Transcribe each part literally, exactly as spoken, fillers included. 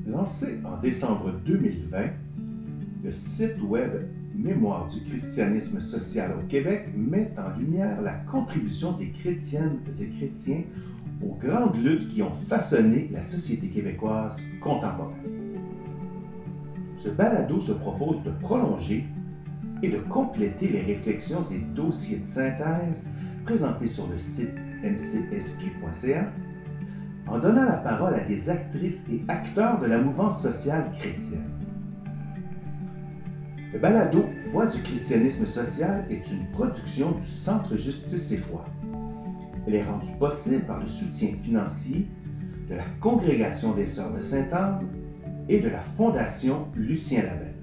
Lancé en décembre deux mille vingt, le site web Mémoire du christianisme social au Québec met en lumière la contribution des chrétiennes et chrétiens aux grandes luttes qui ont façonné la société québécoise contemporaine. Ce balado se propose de prolonger et de compléter les réflexions et dossiers de synthèse présentés sur le site m c s q point c a en donnant la parole à des actrices et acteurs de la mouvance sociale chrétienne. Le balado Voix du christianisme social est une production du Centre Justice et Foi. Elle est rendue possible par le soutien financier de la Congrégation des Sœurs de Sainte-Anne et de la Fondation Lucien Labelle.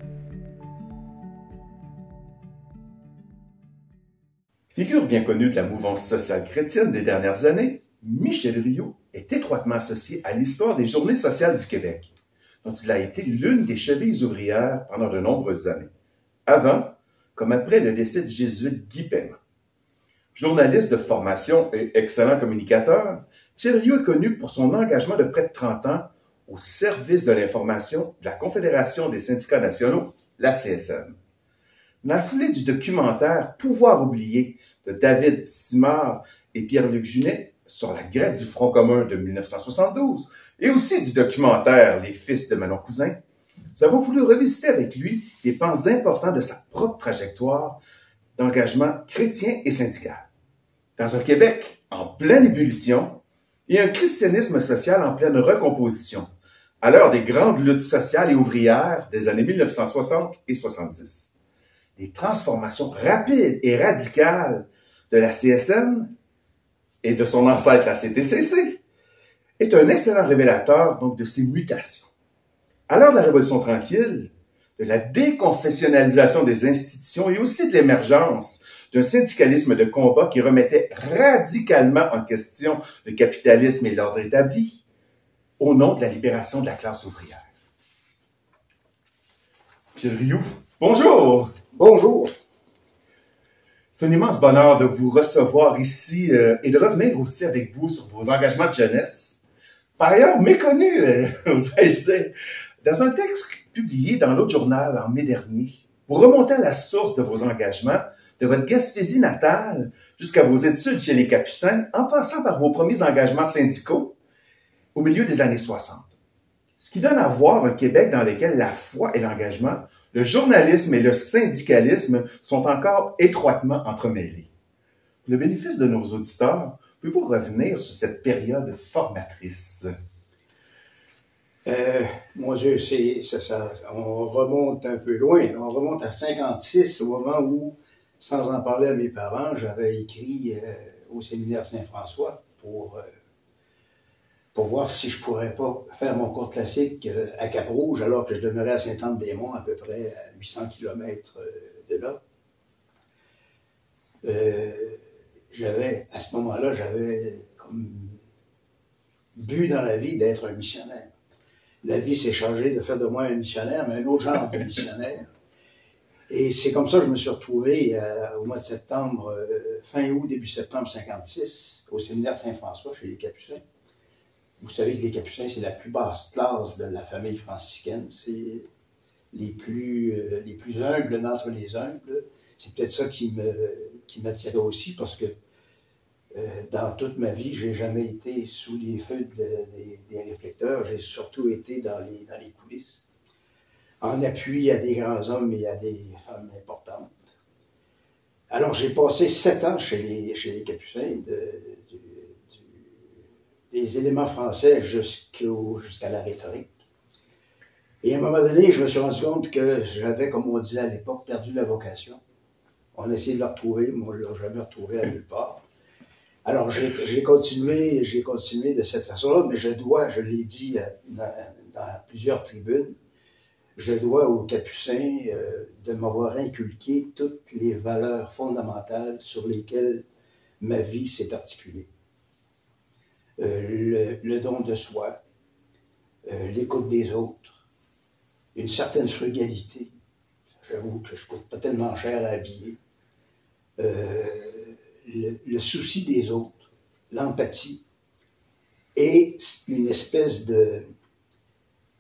Figure bien connue de la mouvance sociale chrétienne des dernières années, Michel Rioux est étroitement associé à l'histoire des Journées sociales du Québec, dont il a été l'une des chevilles ouvrières pendant de nombreuses années, avant comme après le décès du jésuite Guy Paiement. Journaliste de formation et excellent communicateur, Michel Rioux est connu pour son engagement de près de trente ans au service de l'information de la Confédération des syndicats nationaux, la C S N. Dans la foulée du documentaire Pouvoir oublié de David Simard et Pierre-Luc Junet sur la grève du Front commun de mille neuf cent soixante-douze, et aussi du documentaire Les fils de Manon Cousin, nous avons voulu revisiter avec lui des pans importants de sa propre trajectoire d'engagement chrétien et syndical. Dans un Québec en pleine ébullition et un christianisme social en pleine recomposition, à l'heure des grandes luttes sociales et ouvrières des années mille neuf cent soixante et soixante-dix. Les transformations rapides et radicales de la C S N et de son ancêtre la C T C C est un excellent révélateur donc de ces mutations. À l'heure de la Révolution tranquille, de la déconfessionnalisation des institutions et aussi de l'émergence d'un syndicalisme de combat qui remettait radicalement en question le capitalisme et l'ordre établi au nom de la libération de la classe ouvrière. Pierre Rioux, bonjour! Bonjour! C'est un immense bonheur de vous recevoir ici euh, et de revenir aussi avec vous sur vos engagements de jeunesse. Par ailleurs, méconnus, euh, oserais-je dire, dans un texte publié dans l'autre journal en mai dernier, vous remontez à la source de vos engagements, de votre Gaspésie natale jusqu'à vos études chez les Capucins, en passant par vos premiers engagements syndicaux au milieu des années soixante. Ce qui donne à voir un Québec dans lequel la foi et l'engagement, le journalisme et le syndicalisme sont encore étroitement entremêlés. Pour le bénéfice de nos auditeurs, pouvez-vous revenir sur cette période formatrice? Euh, mon Dieu, c'est, c'est ça, on remonte un peu loin. On remonte à cinquante-six, au moment où, sans en parler à mes parents, j'avais écrit euh, au séminaire Saint-François pour, euh, pour voir si je pourrais pas faire mon cours classique euh, à Cap-Rouge, alors que je demeurais à Sainte-Anne-des-Monts, à peu près à huit cents kilomètres euh, de là. Euh, j'avais, à ce moment-là, j'avais comme but dans la vie d'être un missionnaire. La vie s'est changée de faire de moi un missionnaire, mais un autre genre de missionnaire. Et c'est comme ça que je me suis retrouvé euh, au mois de septembre, euh, fin août, début septembre cinquante-six, au séminaire Saint-François, chez les Capucins. Vous savez que les Capucins, c'est la plus basse classe de la famille franciscaine. C'est les plus, euh, les plus humbles d'entre les humbles. C'est peut-être ça qui me, qui m'attirait aussi, parce que Euh, dans toute ma vie, j'ai jamais été sous les feux de, des, des réflecteurs. J'ai surtout été dans les, dans les coulisses, en appui à des grands hommes et à des femmes importantes. Alors, j'ai passé sept ans chez les, chez les Capucins, de, du, du, des éléments français jusqu'au, jusqu'à la rhétorique. Et à un moment donné, je me suis rendu compte que j'avais, comme on disait à l'époque, perdu la vocation. On a essayé de la retrouver, mais on ne l'a jamais retrouvée à nulle part. Alors, j'ai, j'ai continué, j'ai continué de cette façon-là, mais je dois, je l'ai dit dans, dans plusieurs tribunes, je dois aux Capucins euh, de m'avoir inculqué toutes les valeurs fondamentales sur lesquelles ma vie s'est articulée. Euh, le, le don de soi, euh, l'écoute des autres, une certaine frugalité. J'avoue que je coûte pas tellement cher à habiller. Euh, Le, le souci des autres, l'empathie et une espèce de,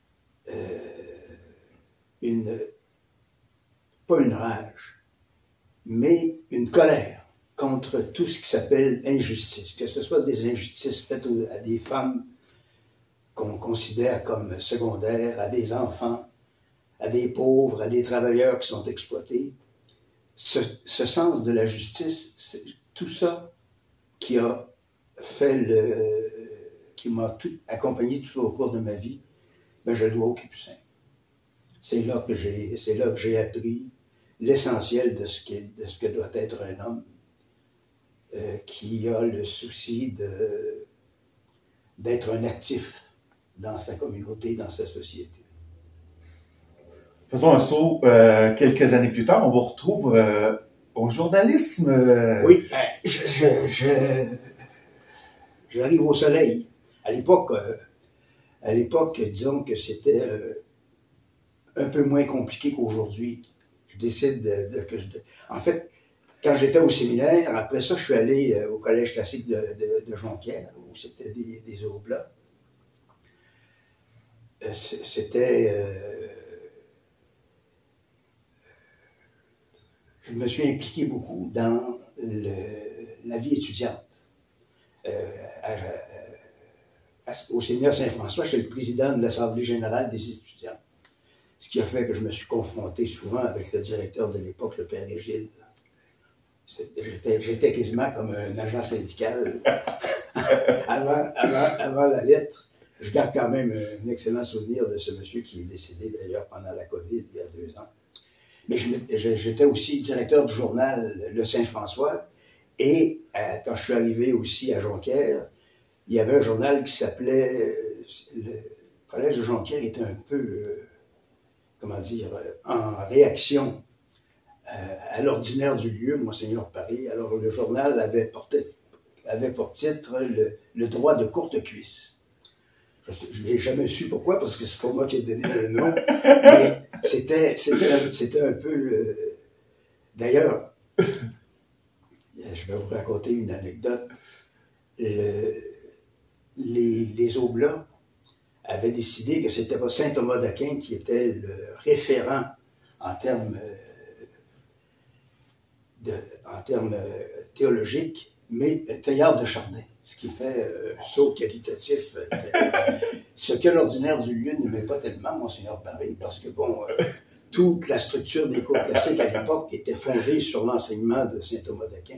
euh, une, pas une rage, mais une colère contre tout ce qui s'appelle injustice, que ce soit des injustices faites à des femmes qu'on considère comme secondaires, à des enfants, à des pauvres, à des travailleurs qui sont exploités. Ce, ce sens de la justice, c'est tout ça qui a fait le, qui m'a tout accompagné tout au cours de ma vie, ben je le dois au Capucin. C'est là que j'ai, c'est là que j'ai appris l'essentiel de ce qui, de ce que doit être un homme euh, qui a le souci de, d'être un actif dans sa communauté, dans sa société. Faisons un saut euh, quelques années plus tard. On vous retrouve euh, au journalisme. Euh... Oui, ben, je, je, je, j'arrive au Soleil. À l'époque, euh, à l'époque, disons que c'était euh, un peu moins compliqué qu'aujourd'hui. Je décide de, de, que je, de... En fait, quand j'étais au séminaire, après ça, je suis allé euh, au collège classique de, de, de Jonquière, où c'était des, des oblats. Euh, c'était... Euh, je me suis impliqué beaucoup dans le, la vie étudiante. Euh, à, à, au séminaire Saint-François, j'étais le président de l'Assemblée générale des étudiants. Ce qui a fait que je me suis confronté souvent avec le directeur de l'époque, le père Égide. J'étais, j'étais quasiment comme un agent syndical. avant, avant, avant la lettre, je garde quand même un excellent souvenir de ce monsieur qui est décédé d'ailleurs pendant la COVID il y a deux ans. Mais je, j'étais aussi directeur du journal Le Saint-François. Et euh, quand je suis arrivé aussi à Jonquière, il y avait un journal qui s'appelait... Le collège de Jonquière était un peu, euh, comment dire, en réaction euh, à l'ordinaire du lieu, Monseigneur Paris. Alors le journal avait, porté, avait pour titre le, le droit de courte cuisse. Je n'ai jamais su pourquoi, parce que c'est pas moi qui ai donné le nom. Mais c'était, c'était, c'était un peu... Euh, d'ailleurs, je vais vous raconter une anecdote. Le, les, les Oblats avaient décidé que c'était pas saint Thomas d'Aquin qui était le référent en termes, de, en termes théologiques, mais Teilhard de Chardin, ce qui fait euh, saut qualitatif. Euh, ce que l'ordinaire du lieu n'aimait pas tellement, Monseigneur Paris, parce que, bon, euh, toute la structure des cours classiques à l'époque était fondée sur l'enseignement de saint Thomas d'Aquin.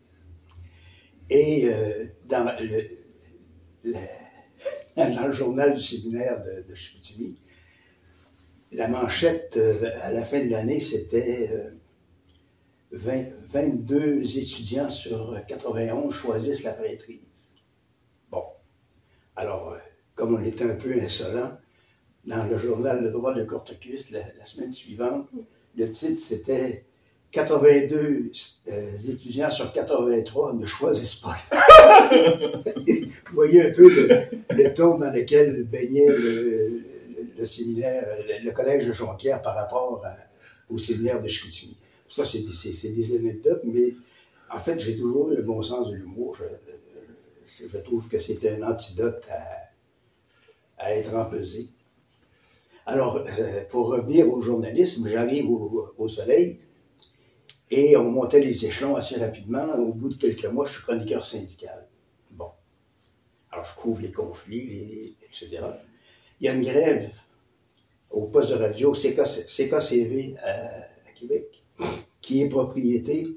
Et euh, dans, le, le, dans le journal du séminaire de, de Chicoutimi, la manchette euh, à la fin de l'année, c'était euh, vingt, vingt-deux étudiants sur quatre-vingt-onze choisissent la prêtrise. Bon, alors, euh, comme on était un peu insolent, dans le journal Le Droit de courte cuisse, la, la semaine suivante, le titre c'était quatre-vingt-deux euh, étudiants sur quatre-vingt-trois ne choisissent pas. Vous voyez un peu le, le ton dans lequel baignait le, le, le séminaire, le, le collège de Jonquière par rapport à, au séminaire de Chicoutimi. Ça, c'est des, c'est, c'est des anecdotes, mais en fait, j'ai toujours eu le bon sens de l'humour. Je, je trouve que c'était un antidote à, à être empesé. Alors, pour revenir au journalisme, j'arrive au, au Soleil. Et on montait les échelons assez rapidement. Au bout de quelques mois, je suis chroniqueur syndical. Bon. Alors, je couvre les conflits, les, et cetera. Il y a une grève au poste de radio C K C V à, à Québec, qui est propriété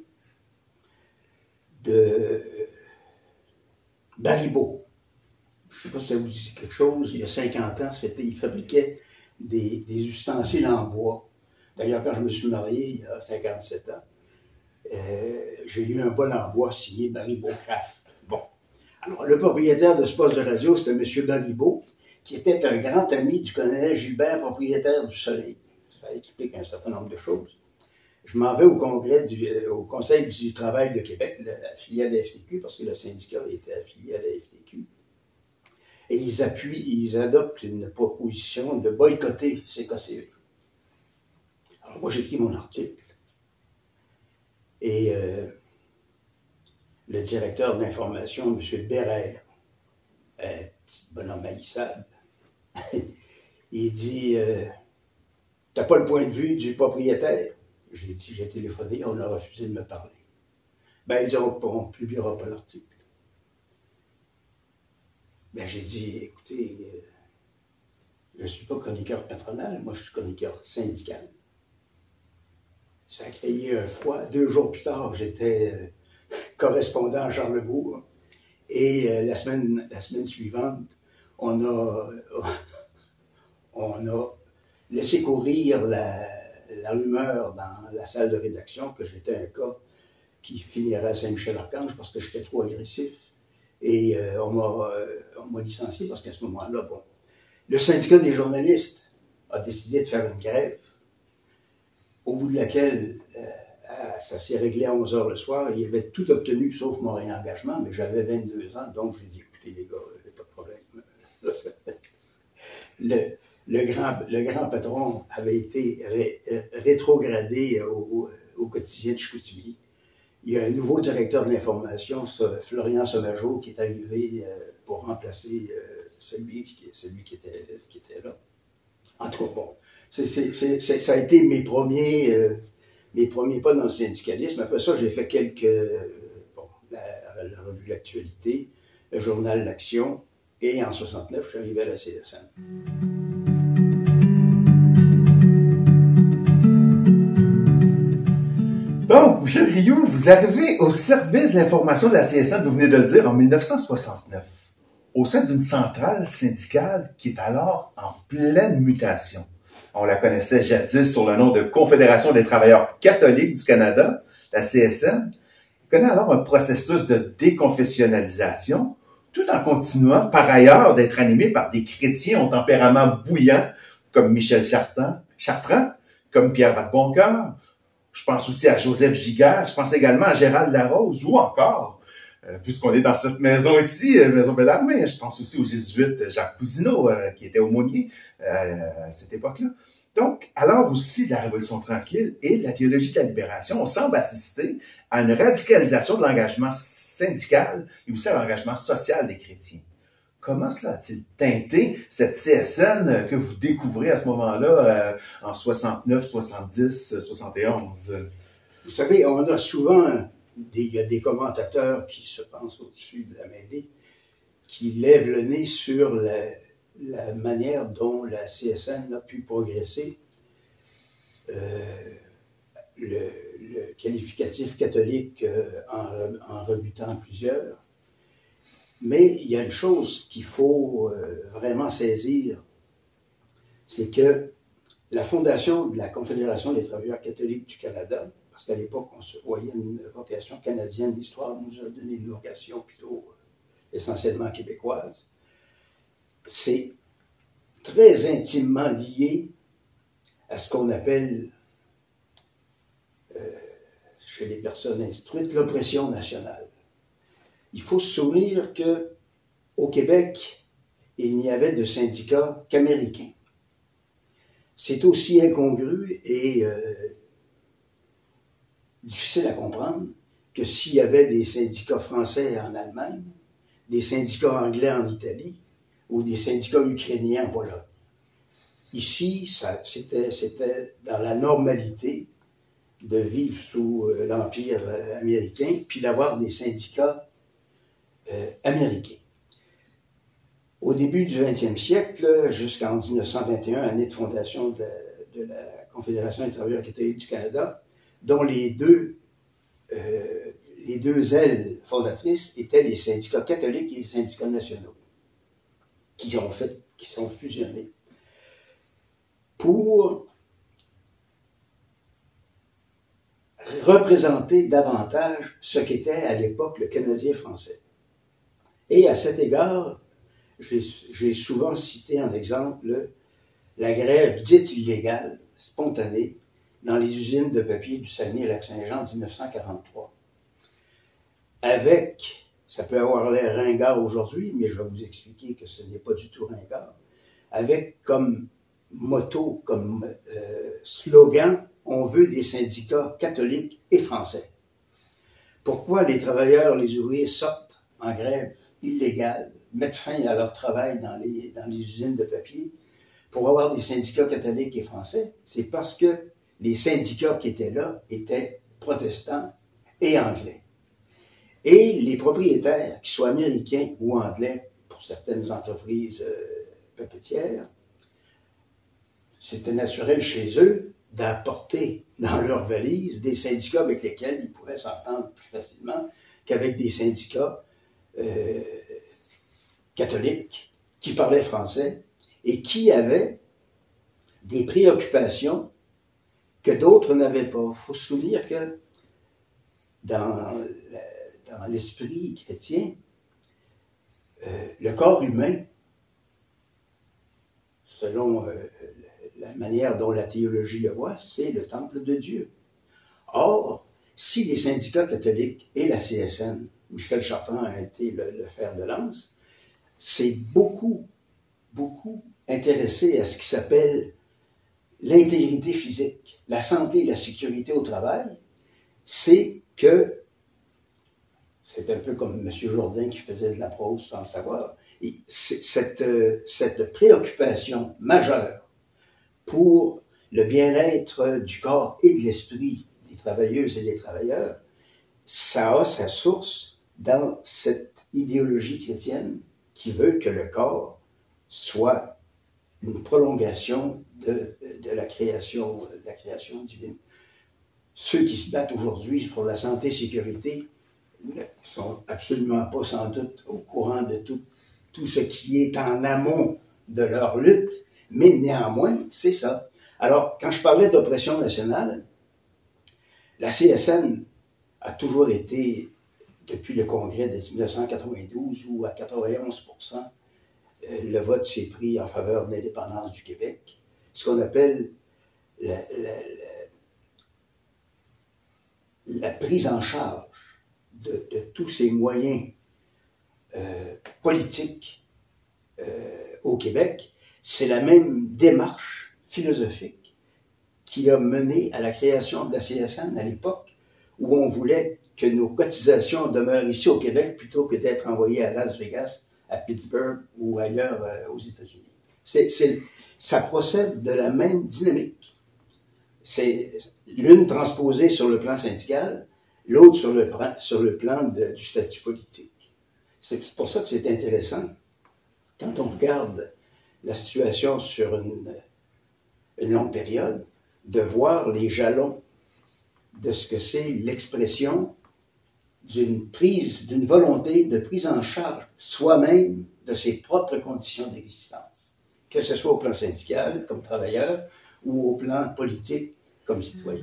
de Baribeau. Je ne sais pas si ça vous dit quelque chose. Il y a cinquante ans, c'était, il fabriquait des, des ustensiles en bois. D'ailleurs, quand je me suis marié, il y a cinquante-sept ans, Euh, j'ai eu un bol en bois signé Baribeau Craft. Bon. Alors, le propriétaire de ce poste de radio, c'était M. Baribeau, qui était un grand ami du colonel Gilbert, propriétaire du Soleil. Ça explique un certain nombre de choses. Je m'en vais au congrès du, euh, au Conseil du travail de Québec, affilié à la F T Q, parce que le syndicat était affilié à la F T Q. Et ils appuient, ils adoptent une proposition de boycotter C K C V. Alors, moi, j'écris mon article. Et euh, le directeur d'information, M. Bérère, un petit bonhomme haïssable, Il dit euh, « T'as pas le point de vue du propriétaire? » J'ai dit « J'ai téléphoné, on a refusé de me parler. » Ben, il dit « On ne publiera pas l'article. » Ben, j'ai dit « Écoutez, euh, je ne suis pas chroniqueur patronal, moi je suis chroniqueur syndical. » Ça a créé un froid. Deux jours plus tard, j'étais euh, correspondant à Charlebourg. Et euh, la, semaine, la semaine suivante, on a, on a laissé courir la, la rumeur dans la salle de rédaction que j'étais un cas qui finirait à Saint-Michel-Archange parce que j'étais trop agressif. Et euh, on m'a euh, licencié parce qu'à ce moment-là, bon, le syndicat des journalistes a décidé de faire une grève, au bout de laquelle euh, ça s'est réglé à onze heures le soir. Il avait tout obtenu sauf mon réengagement, mais j'avais vingt-deux ans, donc j'ai dit, écoutez les gars, il n'y a pas de problème. Le, le, grand, le grand patron avait été ré, rétrogradé au, au quotidien de Chicoutimi. Il y a un nouveau directeur de l'information, Florian Sauvageau, qui est arrivé pour remplacer celui, celui qui, était, qui était là. En tout cas, bon, c'est, c'est, c'est, ça a été mes premiers, euh, mes premiers pas dans le syndicalisme. Après ça, j'ai fait quelques... Bon, la, la revue L'Actualité, le journal L'Action, et en soixante-neuf, je suis arrivé à la C S N. Donc, Michel Rioux, vous arrivez au service de l'information de la C S N, vous venez de le dire, en mille neuf cent soixante-neuf, au sein d'une centrale syndicale qui est alors en pleine mutation. On la connaissait jadis sur le nom de Confédération des travailleurs catholiques du Canada, la C S N. Elle connaît alors un processus de déconfessionnalisation, tout en continuant par ailleurs d'être animée par des chrétiens au tempérament bouillant, comme Michel Chartrand, Chartrand comme Pierre Vadeboncoeur. Je pense aussi à Joseph Giguère, je pense également à Gérald Larose, ou encore, euh, puisqu'on est dans cette maison ici, euh, Maison Bellarmé, je pense aussi au jésuite Jacques Cousineau, euh, qui était aumônier euh, à cette époque-là. Donc, alors aussi de la Révolution tranquille et de la théologie de la libération, on semble assister à une radicalisation de l'engagement syndical et aussi à l'engagement social des chrétiens. Comment cela a-t-il teinté cette C S N que vous découvrez à ce moment-là, euh, en soixante-neuf, soixante-dix, soixante et onze? Vous savez, on a souvent des, il y a des commentateurs qui se pensent au-dessus de la mêlée, qui lèvent le nez sur la, la manière dont la C S N a pu progresser. Euh, le, le qualificatif catholique euh, en, en rebutant plusieurs. Mais il y a une chose qu'il faut euh, vraiment saisir, c'est que la fondation de la Confédération des travailleurs catholiques du Canada, parce qu'à l'époque, on se voyait une vocation canadienne, l'histoire nous a donné une vocation plutôt euh, essentiellement québécoise, c'est très intimement lié à ce qu'on appelle, euh, chez les personnes instruites, l'oppression nationale. Il faut se souvenir qu'au Québec, il n'y avait de syndicats qu'américains. C'est aussi incongru et euh, difficile à comprendre que s'il y avait des syndicats français en Allemagne, des syndicats anglais en Italie ou des syndicats ukrainiens en Pologne. Ici, c'était, c'était dans la normalité de vivre sous euh, l'Empire euh, américain, puis d'avoir des syndicats Euh, américain. Au début du vingtième siècle, jusqu'en mille neuf cent vingt et un, année de fondation de la, de la Confédération des travailleurs catholiques du Canada, dont les deux, euh, les deux ailes fondatrices étaient les syndicats catholiques et les syndicats nationaux, qui ont fait, qui sont fusionnés pour représenter davantage ce qu'était à l'époque le Canadien français. Et à cet égard, j'ai souvent cité en exemple la grève dite illégale, spontanée, dans les usines de papier du Saguenay-Lac-Saint-Jean en mille neuf cent quarante-trois. Avec, ça peut avoir l'air ringard aujourd'hui, mais je vais vous expliquer que ce n'est pas du tout ringard, avec comme motto, comme euh, slogan, on veut des syndicats catholiques et français. Pourquoi les travailleurs, les ouvriers sortent en grève illégale, mettent fin à leur travail dans les, dans les usines de papier? pour avoir des syndicats catholiques et français, c'est parce que les syndicats qui étaient là étaient protestants et anglais. Et les propriétaires, qu'ils soient américains ou anglais, pour certaines entreprises euh, papetières, c'était naturel chez eux d'apporter dans leur valise des syndicats avec lesquels ils pouvaient s'entendre plus facilement qu'avec des syndicats euh, catholiques qui parlaient français et qui avaient des préoccupations que d'autres n'avaient pas. Il faut se souvenir que dans, dans l'esprit chrétien, euh, le corps humain, selon euh, la manière dont la théologie le voit, c'est le temple de Dieu. Or, si les syndicats catholiques et la C S N, Michel Chartrand a été le, le fer de lance, c'est beaucoup, beaucoup intéressé à ce qui s'appelle l'intégrité physique, la santé et la sécurité au travail. C'est que, c'est un peu comme M. Jourdain qui faisait de la prose sans le savoir, et cette, cette préoccupation majeure pour le bien-être du corps et de l'esprit des travailleuses et des travailleurs, ça a sa source dans cette idéologie chrétienne qui veut que le corps soit une prolongation de, de, la, création, de la création divine. Ceux qui se battent aujourd'hui pour la santé et la sécurité ne sont absolument pas sans doute au courant de tout, tout ce qui est en amont de leur lutte, mais néanmoins, c'est ça. Alors, quand je parlais d'oppression nationale, la C S N a toujours été, depuis le congrès de dix-neuf cent quatre-vingt-douze, où à quatre-vingt-onze pour cent, le vote s'est pris en faveur de l'indépendance du Québec, ce qu'on appelle la, la, la, la prise en charge de, de tous ces moyens euh, politiques euh, au Québec. C'est la même démarche philosophique qui a mené à la création de la C S N à l'époque, où on voulait que nos cotisations demeurent ici au Québec plutôt que d'être envoyées à Las Vegas, à Pittsburgh ou ailleurs euh, aux États-Unis. C'est, c'est, ça procède de la même dynamique. C'est l'une transposée sur le plan syndical, l'autre sur le, sur le plan de, du statut politique. C'est pour ça que c'est intéressant, quand on regarde la situation sur une, une longue période, de voir les jalons de ce que c'est l'expression d'une prise, d'une volonté de prise en charge soi-même de ses propres conditions d'existence, que ce soit au plan syndical, comme travailleur, ou au plan politique, comme citoyen.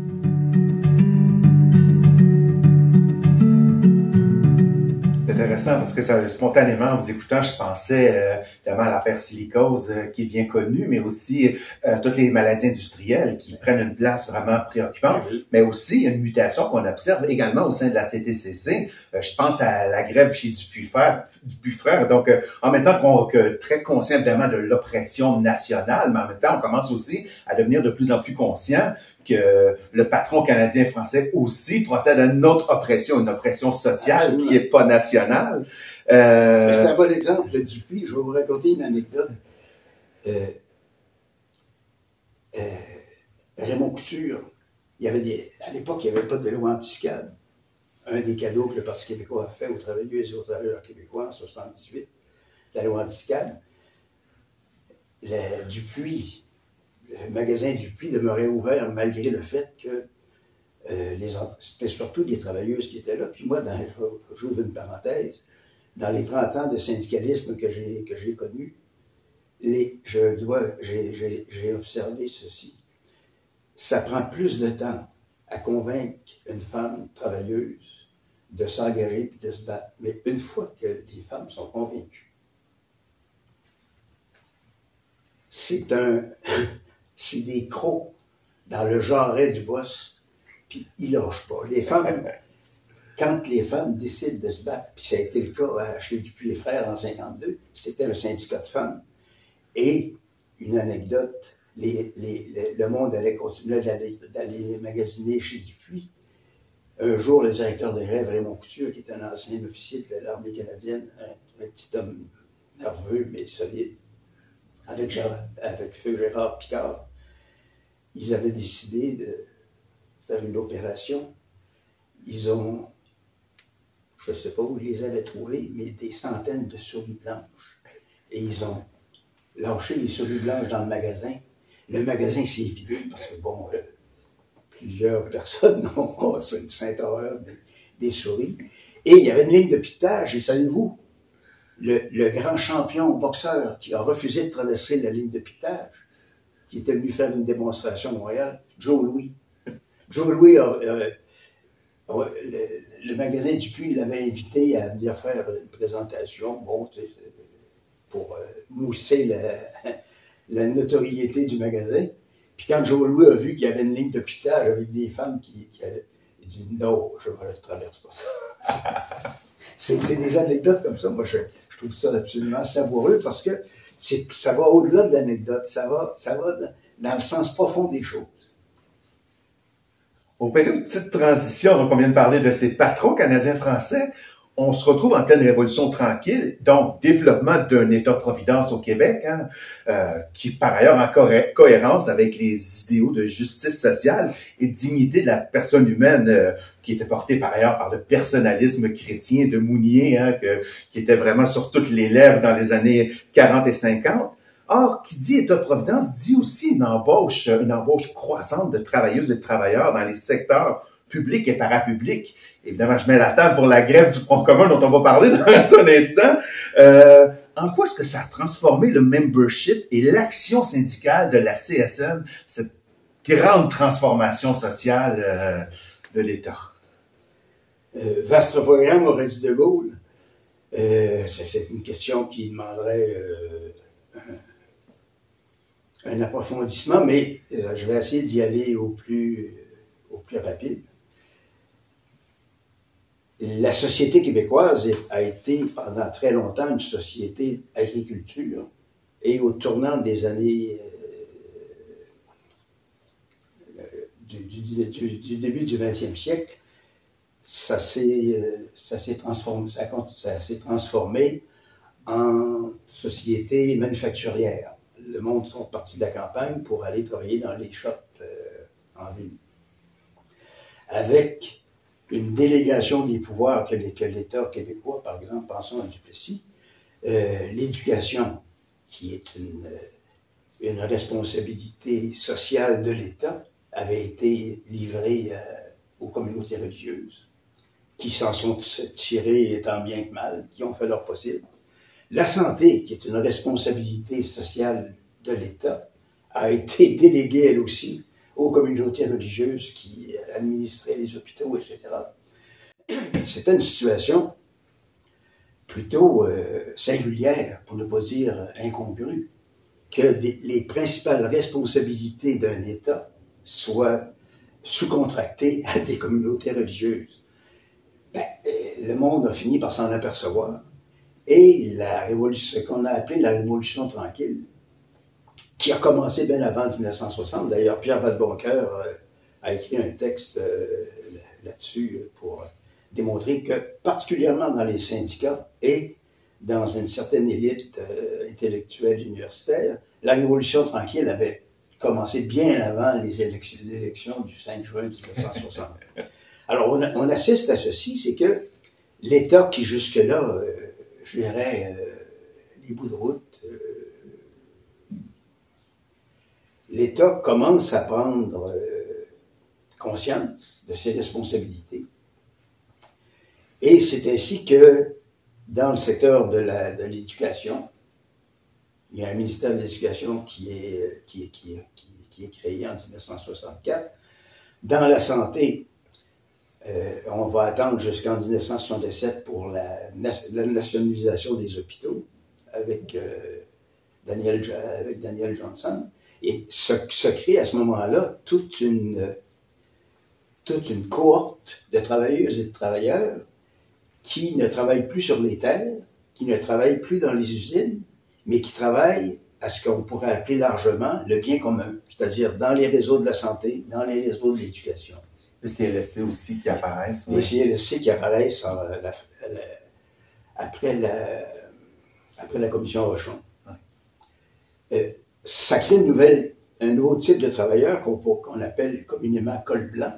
C'est intéressant parce que ça, spontanément, en vous écoutant, je pensais euh, évidemment à l'affaire silicose euh, qui est bien connue, mais aussi euh, toutes les maladies industrielles qui prennent une place vraiment préoccupante, oui. Mais aussi une mutation qu'on observe également au sein de la C T C C. Euh, je pense à la grève chez Dupuis-Frères. Dupuis-Frères. Donc, euh, en même temps qu'on que très conscient évidemment de l'oppression nationale, mais en même temps, on commence aussi à devenir de plus en plus conscient que le patron canadien-français aussi procède à une autre oppression, une oppression sociale Absolument. Qui n'est pas nationale. Euh... C'est un bon exemple, le Dupuis. Je vais vous raconter une anecdote. Euh, euh, Raymond Couture, il y avait des, à l'époque, il n'y avait pas de loi anti-S C A D. Un des cadeaux que le Parti québécois a fait aux travailleuses et aux travailleurs québécois en soixante-dix-huit, la loi anti-S C A D. Le Dupuis, le magasin Dupuis demeurait ouvert malgré le fait que euh, les, c'était surtout des travailleuses qui étaient là. Puis moi, dans, j'ouvre une parenthèse, dans les trente ans de syndicalisme que j'ai, que j'ai connu, les, je dois, j'ai, j'ai, j'ai observé ceci. Ça prend plus de temps à convaincre une femme travailleuse de s'engager et de se battre. Mais une fois que les femmes sont convaincues, c'est un, c'est des crocs dans le jarret du boss, puis ils lâchent pas. Les femmes, quand les femmes décident de se battre, puis ça a été le cas chez Dupuis et Frères en cinquante-deux, c'était un syndicat de femmes. Et une anecdote, les, les, les, le monde allait continuer d'aller, d'aller magasiner chez Dupuis. Un jour, le directeur de grève, Raymond Couture, qui est un ancien officier de l'armée canadienne, un, un petit homme nerveux mais solide, avec, Gérard, avec Feu Gérard Picard, ils avaient décidé de faire une opération. Ils ont, je ne sais pas où ils les avaient trouvés, mais des centaines de souris blanches. Et ils ont lâché les souris blanches dans le magasin. Le magasin s'est vidé parce que, bon, euh, plusieurs personnes ont cette sainte horreur des, des souris. Et il y avait une ligne de piquetage, et savez-vous, le, le grand champion boxeur qui a refusé de traverser la ligne de piquetage, qui était venu faire une démonstration à Montréal, Joe Louis. Joe Louis, a, euh, a, le, le magasin Dupuis l'avait invité à venir faire une présentation, bon, tu sais, pour euh, mousser la, la notoriété du magasin. Puis quand Joe Louis a vu qu'il y avait une ligne de piquetage avec des femmes qui, qui avaient, il dit « Non, je ne traverse pas ça. » C'est des anecdotes comme ça. Moi, je, je trouve ça absolument savoureux parce que ça va au-delà de l'anecdote. Ça va, ça va dans, dans le sens profond des choses. Au période de petite transition, donc on vient de parler de ces patrons canadiens-français, on se retrouve en pleine révolution tranquille, donc développement d'un État-providence au Québec, hein, euh, qui par ailleurs en cohérence avec les idéaux de justice sociale et de dignité de la personne humaine, euh, qui était porté par ailleurs par le personnalisme chrétien de Mounier, hein, que, qui était vraiment sur toutes les lèvres dans les années quarante et cinquante. Or, qui dit État-providence dit aussi une embauche, une embauche croissante de travailleuses et de travailleurs dans les secteurs publics et parapublics. Évidemment, je mets la table pour la grève du Front commun dont on va parler dans un instant. Euh, en quoi est-ce que ça a transformé le membership et l'action syndicale de la C S N, cette grande transformation sociale euh, de l'État? Euh, vaste programme, aurait dit De Gaulle. Euh, c'est une question qui demanderait euh, un, un approfondissement, mais euh, je vais essayer d'y aller au plus, au plus rapide. La société québécoise a été pendant très longtemps une société agriculture et au tournant des années euh, du, du, du, du début du vingtième siècle, ça s'est transformé, ça, ça s'est transformé en société manufacturière. Le monde sont partis de la campagne pour aller travailler dans les shops euh, en ville. Avec une délégation des pouvoirs que l'État québécois, par exemple, pensons à Duplessis, euh, l'éducation, qui est une, une responsabilité sociale de l'État, avait été livrée euh, aux communautés religieuses, qui s'en sont tirées tant bien que mal, qui ont fait leur possible. La santé, qui est une responsabilité sociale de l'État, a été déléguée elle aussi aux communautés religieuses qui administraient les hôpitaux, et cetera. C'était une situation plutôt euh, singulière, pour ne pas dire incongrue, que des, les principales responsabilités d'un État soient sous-contractées à des communautés religieuses. Ben, le monde a fini par s'en apercevoir, et la révolution, ce qu'on a appelé la Révolution tranquille, qui a commencé bien avant mille neuf cent soixante. D'ailleurs, Pierre Vadeboncoeur euh, a écrit un texte euh, là-dessus pour démontrer que, particulièrement dans les syndicats et dans une certaine élite euh, intellectuelle universitaire, la Révolution tranquille avait commencé bien avant les élections, l'élection du cinq juin mille neuf cent soixante. Alors, on, on assiste à ceci, c'est que l'État qui jusque-là euh, gérait euh, les bouts de route, euh, l'État commence à prendre euh, conscience de ses responsabilités. Et c'est ainsi que, dans le secteur de l'éducation, il y a un ministère de l'Éducation qui est, qui, est, qui, est, qui, qui est créé en mille neuf cent soixante-quatre. Dans la santé, euh, on va attendre jusqu'en mille neuf cent soixante-dix-sept pour la, la nationalisation des hôpitaux avec, euh, Daniel, avec Daniel Johnson. Et se, se crée à ce moment-là toute une, toute une cohorte de travailleuses et de travailleurs qui ne travaillent plus sur les terres, qui ne travaillent plus dans les usines, mais qui travaillent à ce qu'on pourrait appeler largement le bien commun, c'est-à-dire dans les réseaux de la santé, dans les réseaux de l'éducation. Les C L S C aussi qui apparaissent. Les oui. C L S C qui apparaissent en, la, la, après, la, après la commission Rochon. euh, ça crée une nouvelle, un nouveau type de travailleur qu'on, qu'on appelle communément col blanc,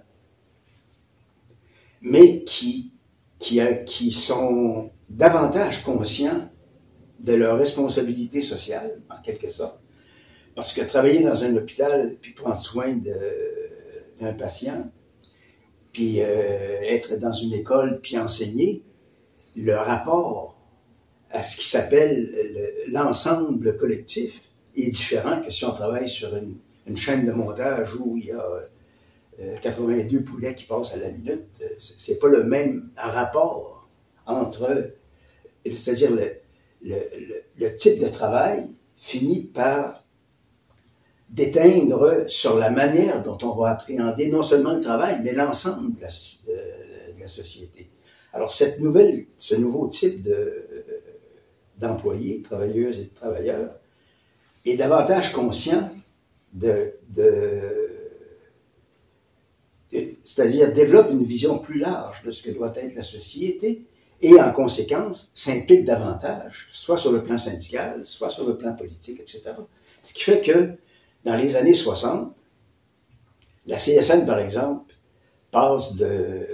mais qui, qui, a, qui sont davantage conscients de leur responsabilité sociale, en quelque sorte. Parce que travailler dans un hôpital, puis prendre soin de, d'un patient, puis euh, être dans une école, puis enseigner, le rapport à ce qui s'appelle le, l'ensemble collectif est différent que si on travaille sur une, une chaîne de montage où il y a euh, quatre-vingt-deux poulets qui passent à la minute. C'est pas le même rapport entre, c'est-à-dire le, le, le, le type de travail finit par d'éteindre sur la manière dont on va appréhender non seulement le travail, mais l'ensemble de la, de, de la société. Alors, cette nouvelle, ce nouveau type de, d'employés, travailleuses et de travailleurs, est davantage conscient de, de, de c'est-à-dire développe une vision plus large de ce que doit être la société et, en conséquence, s'implique davantage, soit sur le plan syndical, soit sur le plan politique, et cetera. Ce qui fait que, dans les années soixante, la C S N, par exemple, passe de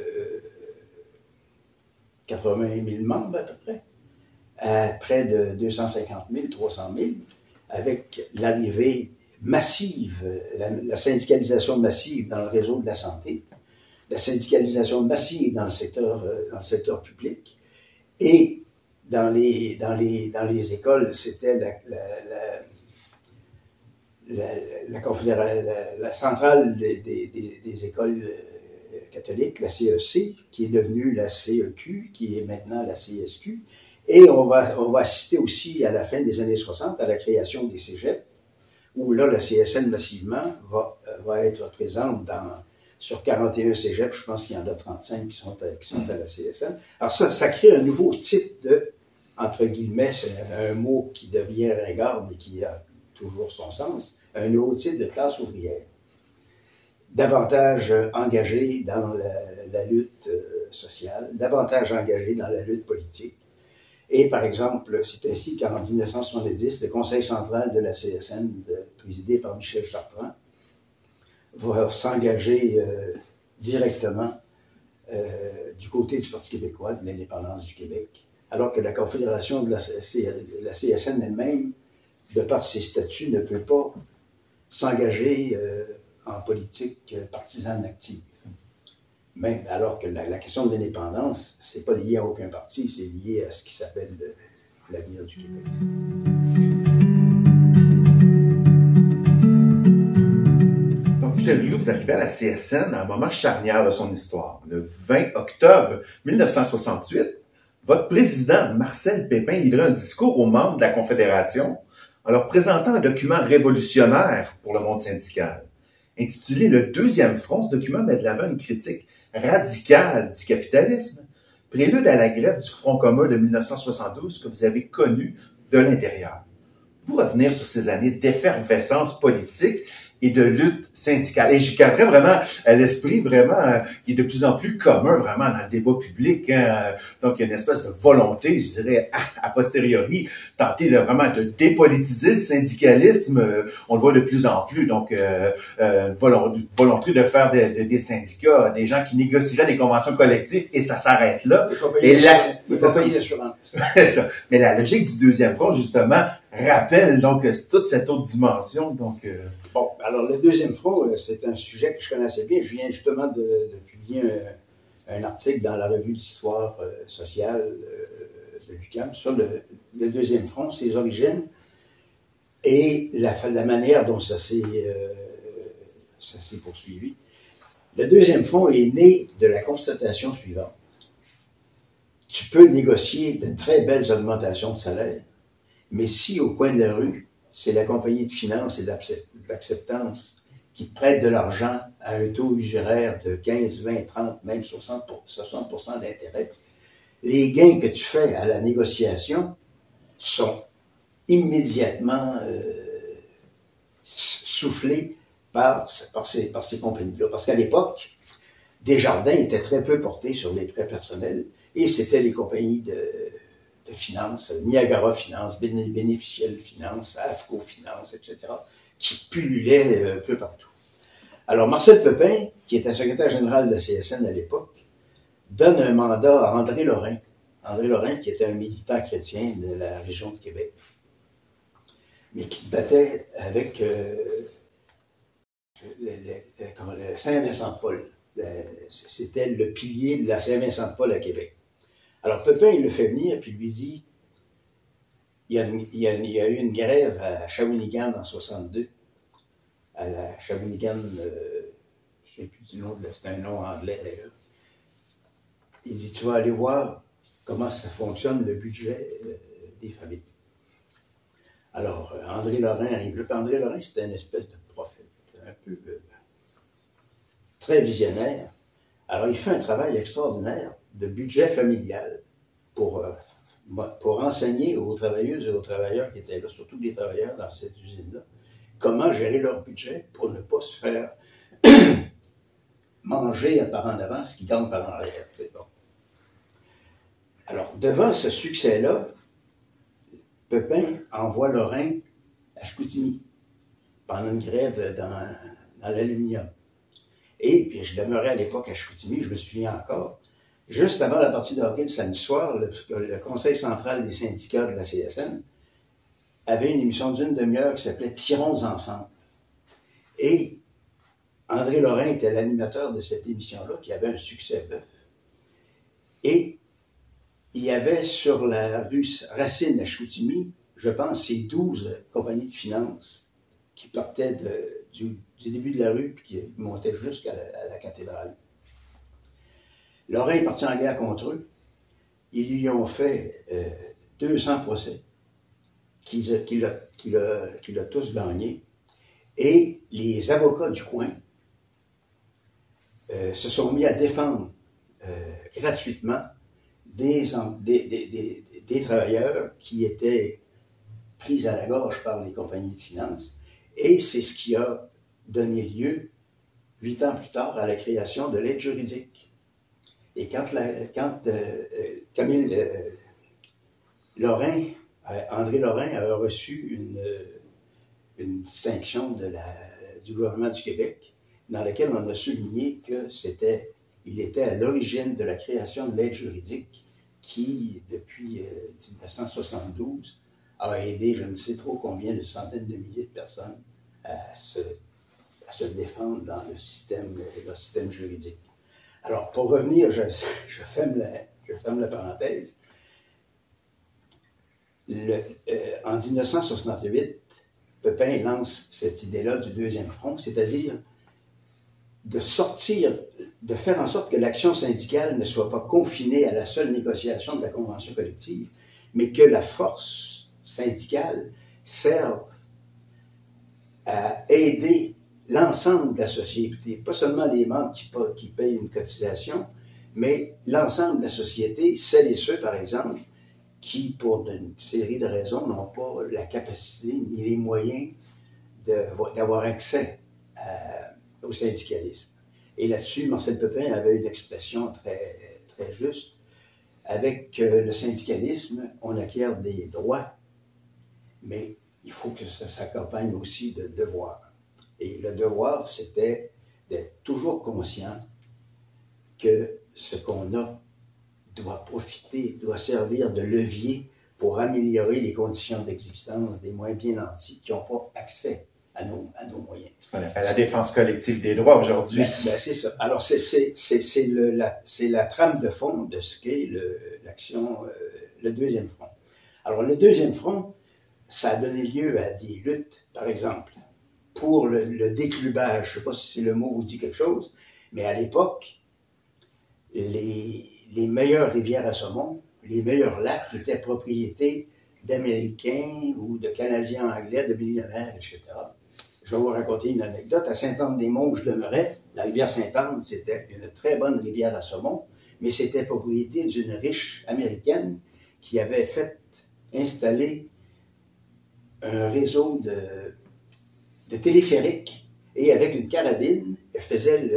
quatre-vingt mille membres à peu près à près de deux cent cinquante mille, trois cent mille, avec l'arrivée massive, la, la syndicalisation massive dans le réseau de la santé, la syndicalisation massive dans le secteur, dans le secteur public, et dans les, dans les, dans les écoles, c'était la, la, la La, la, confédéra- la, la centrale des, des, des écoles catholiques, la C E C, qui est devenue la C E Q, qui est maintenant la C S Q. Et on va, on va assister aussi à la fin des années soixante à la création des cégeps, où là, la C S N massivement va, va être présente dans, sur quarante et un cégeps. Je pense qu'il y en a trente-cinq qui sont à, qui sont à la C S N. Alors ça, ça crée un nouveau type de, entre guillemets, c'est un mot qui devient ringard, mais qui a toujours son sens, un nouveau type de classe ouvrière, davantage engagée dans la, la lutte sociale, davantage engagée dans la lutte politique. Et par exemple, c'est ainsi qu'en dix-neuf cent soixante-dix, le Conseil central de la C S N, présidé par Michel Chartrand, va s'engager euh, directement euh, du côté du Parti québécois, de l'indépendance du Québec, alors que la Confédération de la, C- de la C S N elle-même, de par ses statuts, ne peut pas s'engager euh, en politique partisane active. Même alors que la, la question de l'indépendance, c'est pas lié à aucun parti, c'est lié à ce qui s'appelle le, l'avenir du Québec. Donc, Michel Rioux, vous arrivez à la C S N à un moment charnière de son histoire. Le vingt octobre mille neuf cent soixante-huit, votre président, Marcel Pépin, livrait un discours aux membres de la Confédération en leur présentant un document révolutionnaire pour le monde syndical. Intitulé « Le deuxième front », ce document met de l'avant une critique radicale du capitalisme, prélude à la grève du Front commun de mille neuf cent soixante-douze que vous avez connu de l'intérieur. Pour revenir sur ces années d'effervescence politique et de lutte syndicale. Et je garderais vraiment à l'esprit vraiment euh, qui est de plus en plus commun vraiment dans le débat public. Hein. Donc, il y a une espèce de volonté, je dirais, a, a posteriori, tenter de vraiment de dépolitiser le syndicalisme. Euh, on le voit de plus en plus. Donc, euh, euh, volonté, volonté de faire des, de, des syndicats, des gens qui négocieraient des conventions collectives et ça s'arrête là. Et la, l'assurance. Mais la logique du deuxième front, justement, rappelle donc toute cette autre dimension. Donc, euh... Bon, alors le deuxième front, c'est un sujet que je connaissais bien. Je viens justement de, de publier un, un article dans la revue d'histoire euh, sociale euh, de l'U Q A M sur le, le deuxième front, ses origines et la, la manière dont ça s'est, euh, ça s'est poursuivi. Le deuxième front est né de la constatation suivante. Tu peux négocier de très belles augmentations de salaire, mais si au coin de la rue, c'est la compagnie de finance et d'acceptance qui prête de l'argent à un taux usuraire de quinze, vingt, trente, même soixante pour cent d'intérêt, les gains que tu fais à la négociation sont immédiatement euh, soufflés par, par ces, par ces compagnies-là. Parce qu'à l'époque, Desjardins était très peu porté sur les prêts personnels et c'était les compagnies de, de de finances, Niagara Finance, Bénéficiel Finance, AFCO Finance, et cetera, qui pullulaient un peu partout. Alors, Marcel Pepin, qui était secrétaire général de la C S N à l'époque, donne un mandat à André Lorrain. André Lorrain, qui était un militant chrétien de la région de Québec, mais qui se battait avec euh, le, le, le, le Saint-Vincent-de-Paul. C'était le pilier de la Saint-Vincent-de-Paul à Québec. Alors, Pepin, il le fait venir, puis lui dit, il y a, il y a, il y a eu une grève à Shawinigan en soixante-deux, à la Shawinigan, euh, je ne sais plus du nom, c'est un nom anglais d'ailleurs. Il dit, tu vas aller voir comment ça fonctionne, le budget euh, des familles. Alors, euh, André Lorrain arrive là. Puis André Lorrain, c'était une espèce de prophète, un peu euh, très visionnaire. Alors, il fait un travail extraordinaire de budget familial pour, euh, pour enseigner aux travailleuses et aux travailleurs qui étaient là, surtout les travailleurs dans cette usine-là, comment gérer leur budget pour ne pas se faire manger par en avant ce qui gagne par en arrière. C'est bon. Alors, devant ce succès-là, Pepin envoie Lorrain à Chicoutimi pendant une grève dans, dans l'aluminium. Et puis, je demeurais à l'époque à Chicoutimi, je me souviens encore, juste avant la partie de hockey le samedi soir, le, le Conseil central des syndicats de la C S N avait une émission d'une demi-heure qui s'appelait « Tirons ensemble ». Et André Lorrain était l'animateur de cette émission-là, qui avait un succès bœuf. Et il y avait sur la rue Racine à Chicoutimi, je pense, ces douze compagnies de finances qui partaient de, du, du début de la rue puis qui montaient jusqu'à la, à la cathédrale. Lorrain est parti en guerre contre eux. Ils lui ont fait euh, deux cents procès qu'il qu'il a, qu'il a, qu'il a tous gagnés. Et les avocats du coin euh, se sont mis à défendre euh, gratuitement Des, des, des, des travailleurs qui étaient pris à la gorge par les compagnies de finances. Et c'est ce qui a donné lieu, huit ans plus tard, à la création de l'aide juridique. Et quand, la, quand euh, Camille euh, Lorrain, euh, André Lorrain a reçu une, une distinction de la, du gouvernement du Québec, dans laquelle on a souligné que c'était, il était à l'origine de la création de l'aide juridique, qui, depuis euh, mille neuf cent soixante-douze, a aidé je ne sais trop combien de centaines de milliers de personnes à se, à se défendre dans le système, le système juridique. Alors, pour revenir, je, je, ferme, la, je ferme la parenthèse. Le, euh, en mille neuf cent soixante-huit, Pepin lance cette idée-là du deuxième front, c'est-à-dire de sortir, de faire en sorte que l'action syndicale ne soit pas confinée à la seule négociation de la convention collective, mais que la force syndicale serve à aider l'ensemble de la société, pas seulement les membres qui, qui payent une cotisation, mais l'ensemble de la société, celles et ceux, par exemple, qui, pour une série de raisons, n'ont pas la capacité ni les moyens d'avoir accès à au syndicalisme. Et là-dessus, Marcel Pepin avait une expression très, très juste. Avec euh, le syndicalisme, on acquiert des droits, mais il faut que ça s'accompagne aussi de devoirs. Et le devoir, c'était d'être toujours conscient que ce qu'on a doit profiter, doit servir de levier pour améliorer les conditions d'existence des moins bien nantis qui n'ont pas accès À nos, à nos moyens. À la défense collective des droits aujourd'hui. Ben, ben c'est ça. Alors, c'est, c'est, c'est, c'est, le, la, c'est la trame de fond de ce qu'est le, l'action, euh, le deuxième front. Alors, le deuxième front, ça a donné lieu à des luttes, par exemple, pour le, le déclubage. Je ne sais pas si le mot vous dit quelque chose, mais à l'époque, les, les meilleures rivières à saumon, les meilleurs lacs étaient propriétés d'Américains ou de Canadiens anglais, de millionnaires, et cetera. Je vais vous raconter une anecdote. À Sainte-Anne-des-Monts, où je demeurais, la rivière Sainte-Anne, c'était une très bonne rivière à saumon, mais c'était propriété d'une riche américaine qui avait fait installer un réseau de, de téléphériques et avec une carabine, elle faisait le,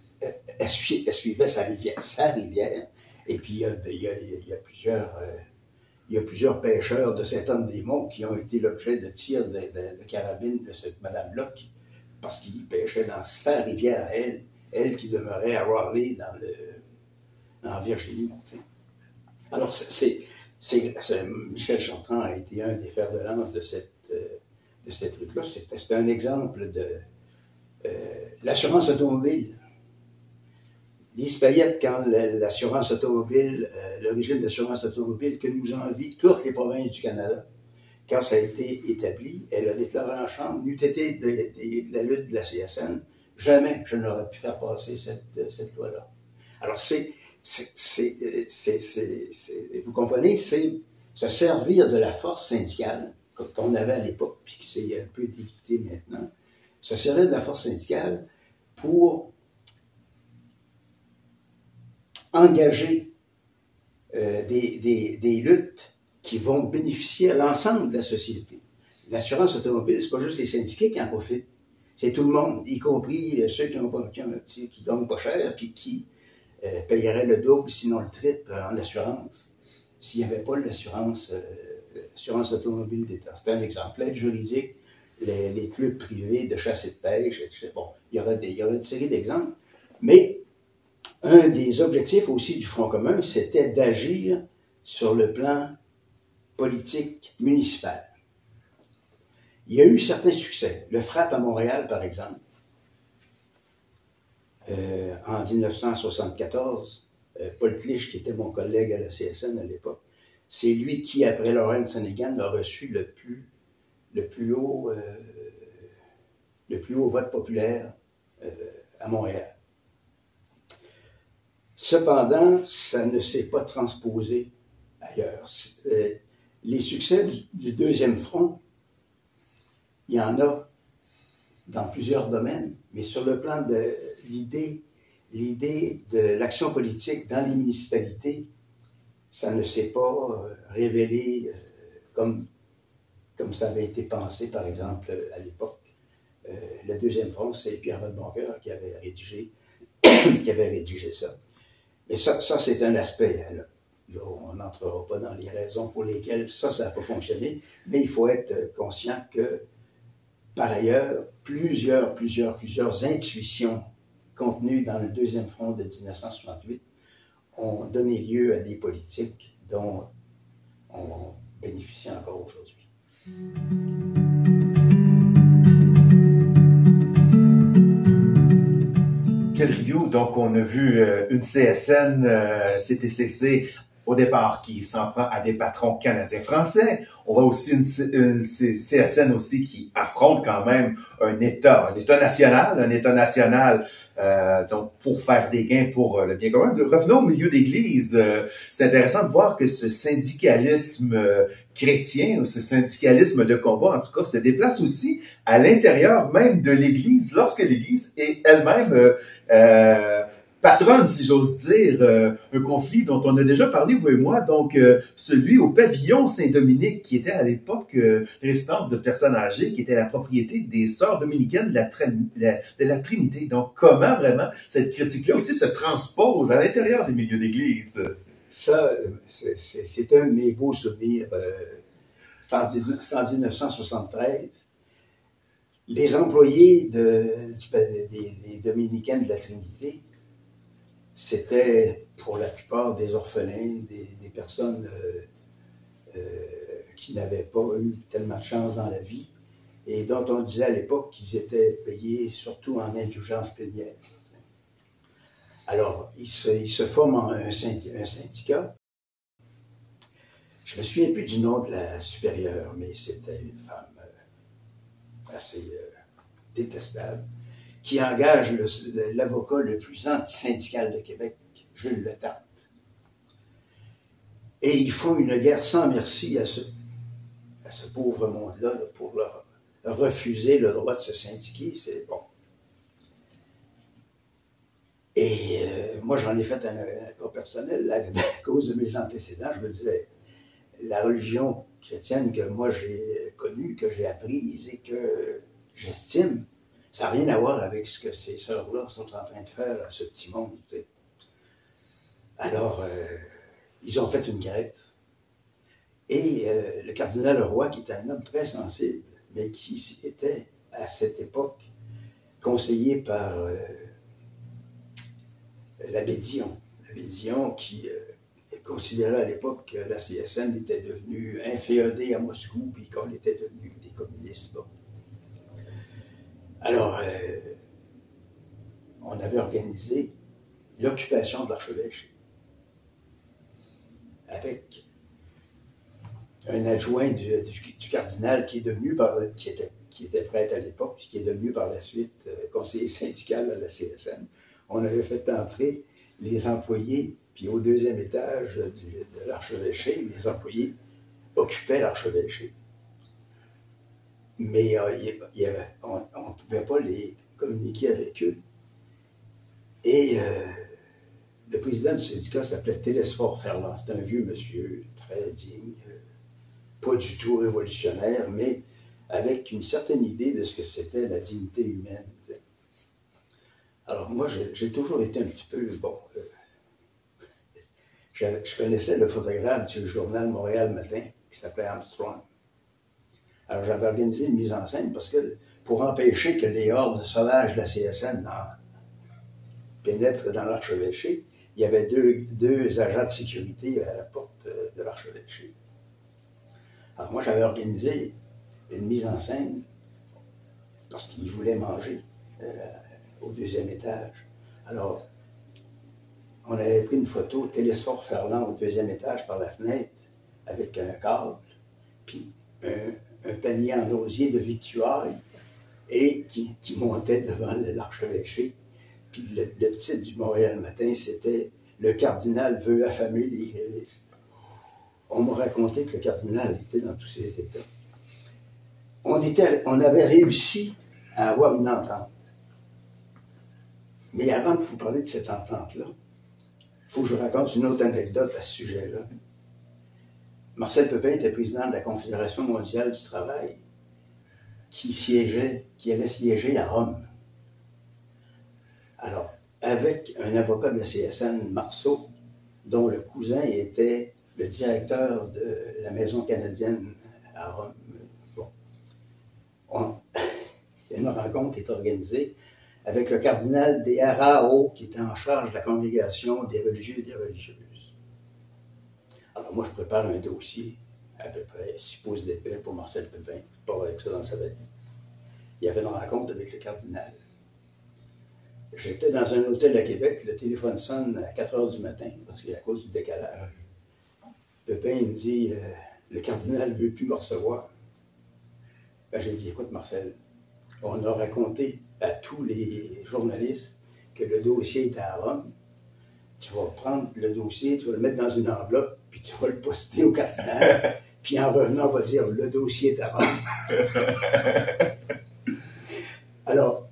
elle, suivait, elle suivait sa rivière, sa rivière. Et puis il y a, il y a, il y a plusieurs euh, il y a plusieurs pêcheurs de Saint-Anne-des-Monts qui ont été l'objet de tirs de, de, de carabine de cette madame-là, parce qu'ils pêchaient dans sa rivière à elle, elle qui demeurait à Raleigh, dans le, en Virginie. Tu sais. Alors, c'est, c'est, c'est, Michel Chartrand a été un des fers de lance de cette, euh, de cette lutte-là. C'est, c'est un exemple de euh, l'assurance automobile. Lise Payette, quand l'assurance automobile, euh, le régime d'assurance automobile que nous envient toutes les provinces du Canada, quand ça a été établi, elle a déclaré en Chambre, n'eût été de, de, de la lutte de la C S N, jamais je n'aurais pu faire passer cette, cette loi-là. Alors, c'est, c'est, c'est, c'est, c'est, c'est vous comprenez, c'est se servir de la force syndicale qu'on avait à l'époque, puis qui s'est un peu délitée maintenant, se servir de la force syndicale pour engager euh, des, des, des luttes qui vont bénéficier à l'ensemble de la société. L'assurance automobile, c'est pas juste les syndiqués qui en profitent, c'est tout le monde, y compris ceux qui, ont, qui, ont, qui gagnent pas cher, puis qui euh, paieraient le double, sinon le triple en assurance, s'il n'y avait pas l'assurance, euh, l'assurance automobile d'État. C'est un exemple. L'aide juridique, les, les clubs privés de chasse et de pêche, et cetera. Bon, il y aurait, des, il y aurait une série d'exemples, mais un des objectifs aussi du Front commun, c'était d'agir sur le plan politique municipal. Il y a eu certains succès. Le Frappe à Montréal, par exemple, euh, en dix-neuf cent soixante-quatorze, euh, Paul Clich, qui était mon collègue à la C S N à l'époque, c'est lui qui, après Lawrence Hannigan, a reçu le plus, le plus haut, euh, le plus haut vote populaire euh, à Montréal. Cependant, ça ne s'est pas transposé ailleurs. Euh, les succès du, du deuxième front, il y en a dans plusieurs domaines, mais sur le plan de l'idée, l'idée de l'action politique dans les municipalités, ça ne s'est pas révélé euh, comme, comme ça avait été pensé, par exemple, à l'époque. Euh, le deuxième front, c'est Pierre Vadeboncoeur qui avait rédigé, qui avait rédigé ça. Et ça, ça c'est un aspect. Là. Là, on n'entrera pas dans les raisons pour lesquelles ça, ça n'a pas fonctionné, mais il faut être conscient que, par ailleurs, plusieurs, plusieurs, plusieurs intuitions contenues dans le deuxième front de dix-neuf cent soixante-huit ont donné lieu à des politiques dont on bénéficie encore aujourd'hui. Rio, donc on a vu euh, une C S N, euh, C T C C, au départ, qui s'en prend à des patrons canadiens-français. On voit aussi une, une C S N aussi qui affronte quand même un État, un État national, un État national, euh, donc pour faire des gains pour euh, le bien commun. Revenons au milieu d'église. Euh, c'est intéressant de voir que ce syndicalisme euh, chrétien, ou ce syndicalisme de combat, en tout cas, se déplace aussi à l'intérieur même de l'Église, lorsque l'Église est elle-même euh, euh, patronne, si j'ose dire, euh, un conflit dont on a déjà parlé, vous et moi, donc euh, celui au pavillon Saint-Dominique, qui était à l'époque euh, résidence de personnes âgées, qui était la propriété des sœurs dominicaines de la, la, de la Trinité. Donc, comment vraiment cette critique-là aussi se transpose à l'intérieur des milieux d'église? Ça, c'est, c'est, c'est un de mes beaux souvenirs. Euh, c'est, en, c'est en dix-neuf cent soixante-treize. Les employés de, du, des, des Dominicaines de la Trinité, c'était pour la plupart des orphelins, des, des personnes euh, euh, qui n'avaient pas eu tellement de chance dans la vie et dont on disait à l'époque qu'ils étaient payés surtout en indulgence plénière. Alors, ils se, ils se forment un, syndicat, un syndicat. Je me souviens plus du nom de la supérieure, mais c'était une femme euh, assez euh, détestable, qui engage le, le, l'avocat le plus anti-syndical de Québec, Jules Letarte. Et ils font une guerre sans merci à ce, à ce pauvre monde-là là, pour leur refuser le droit de se syndiquer. C'est bon. Et euh, moi, j'en ai fait un, un cas personnel à, à cause de mes antécédents. Je me disais, la religion chrétienne que moi j'ai connue, que j'ai apprise et que j'estime, ça n'a rien à voir avec ce que ces sœurs-là sont en train de faire à ce petit monde. Tu sais. Alors, euh, ils ont fait une grève. Et euh, le cardinal Roy, qui était un homme très sensible, mais qui était à cette époque conseillé par euh, l'abbé Dion. L'abbé Dion qui euh, considérait à l'époque que la C S N était devenue inféodée à Moscou, puis qu'on était devenus des communistes. Bon. Alors, euh, on avait organisé l'occupation de l'archevêché avec un adjoint du, du, du cardinal qui est devenu par qui était, qui était prêtre à l'époque, puis qui est devenu par la suite euh, conseiller syndical à la C S N. On avait fait entrer les employés, puis au deuxième étage du, de l'archevêché, les employés occupaient l'archevêché. Mais euh, il, il avait, on ne pouvait pas les communiquer avec eux. Et euh, le président du syndicat s'appelait Télesphore Ferland. C'était un vieux monsieur, très digne, euh, pas du tout révolutionnaire, mais avec une certaine idée de ce que c'était la dignité humaine. T'sais. Alors moi, j'ai toujours été un petit peu, bon, euh, je, je connaissais le photographe du journal Montréal Matin, qui s'appelait Armstrong. Alors j'avais organisé une mise en scène parce que pour empêcher que les hordes sauvages de la C S N pénètrent dans l'archevêché, il y avait deux, deux agents de sécurité à la porte de l'archevêché. Alors moi, j'avais organisé une mise en scène parce qu'ils voulaient manger euh, au deuxième étage. Alors, on avait pris une photo, Télesphore Ferland au deuxième étage par la fenêtre, avec un câble, puis un, un panier en osier de victuailles, et qui, qui montait devant l'archevêché. Puis le, le titre du Montréal Matin, c'était « Le cardinal veut affamer les grévistes ». On m'a raconté que le cardinal était dans tous ses états. On, était, on avait réussi à avoir une entente. Mais avant de vous parler de cette entente-là, il faut que je vous raconte une autre anecdote à ce sujet-là. Marcel Pépin était président de la Confédération mondiale du travail qui siégeait, qui allait siéger à Rome. Alors, avec un avocat de la C S N, Marceau, dont le cousin était le directeur de la Maison canadienne à Rome. Bon. On, une rencontre est organisée avec le cardinal des Arao, qui était en charge de la congrégation des religieux et des religieuses. Alors moi, je prépare un dossier, à peu près six pouces d'épais pour Marcel Pépin, pas avec ça dans sa valise. Il y avait une rencontre avec le cardinal. J'étais dans un hôtel à Québec, le téléphone sonne à quatre heures du matin, parce qu'à cause du décalage. Pépin, il me dit, euh, le cardinal ne veut plus me recevoir. Ben, j'ai dit, écoute Marcel, on a raconté à tous les journalistes que le dossier était à Rome. Tu vas prendre le dossier, tu vas le mettre dans une enveloppe, puis tu vas le poster au cardinal. Puis en revenant, on va dire, le dossier est à Rome. Alors,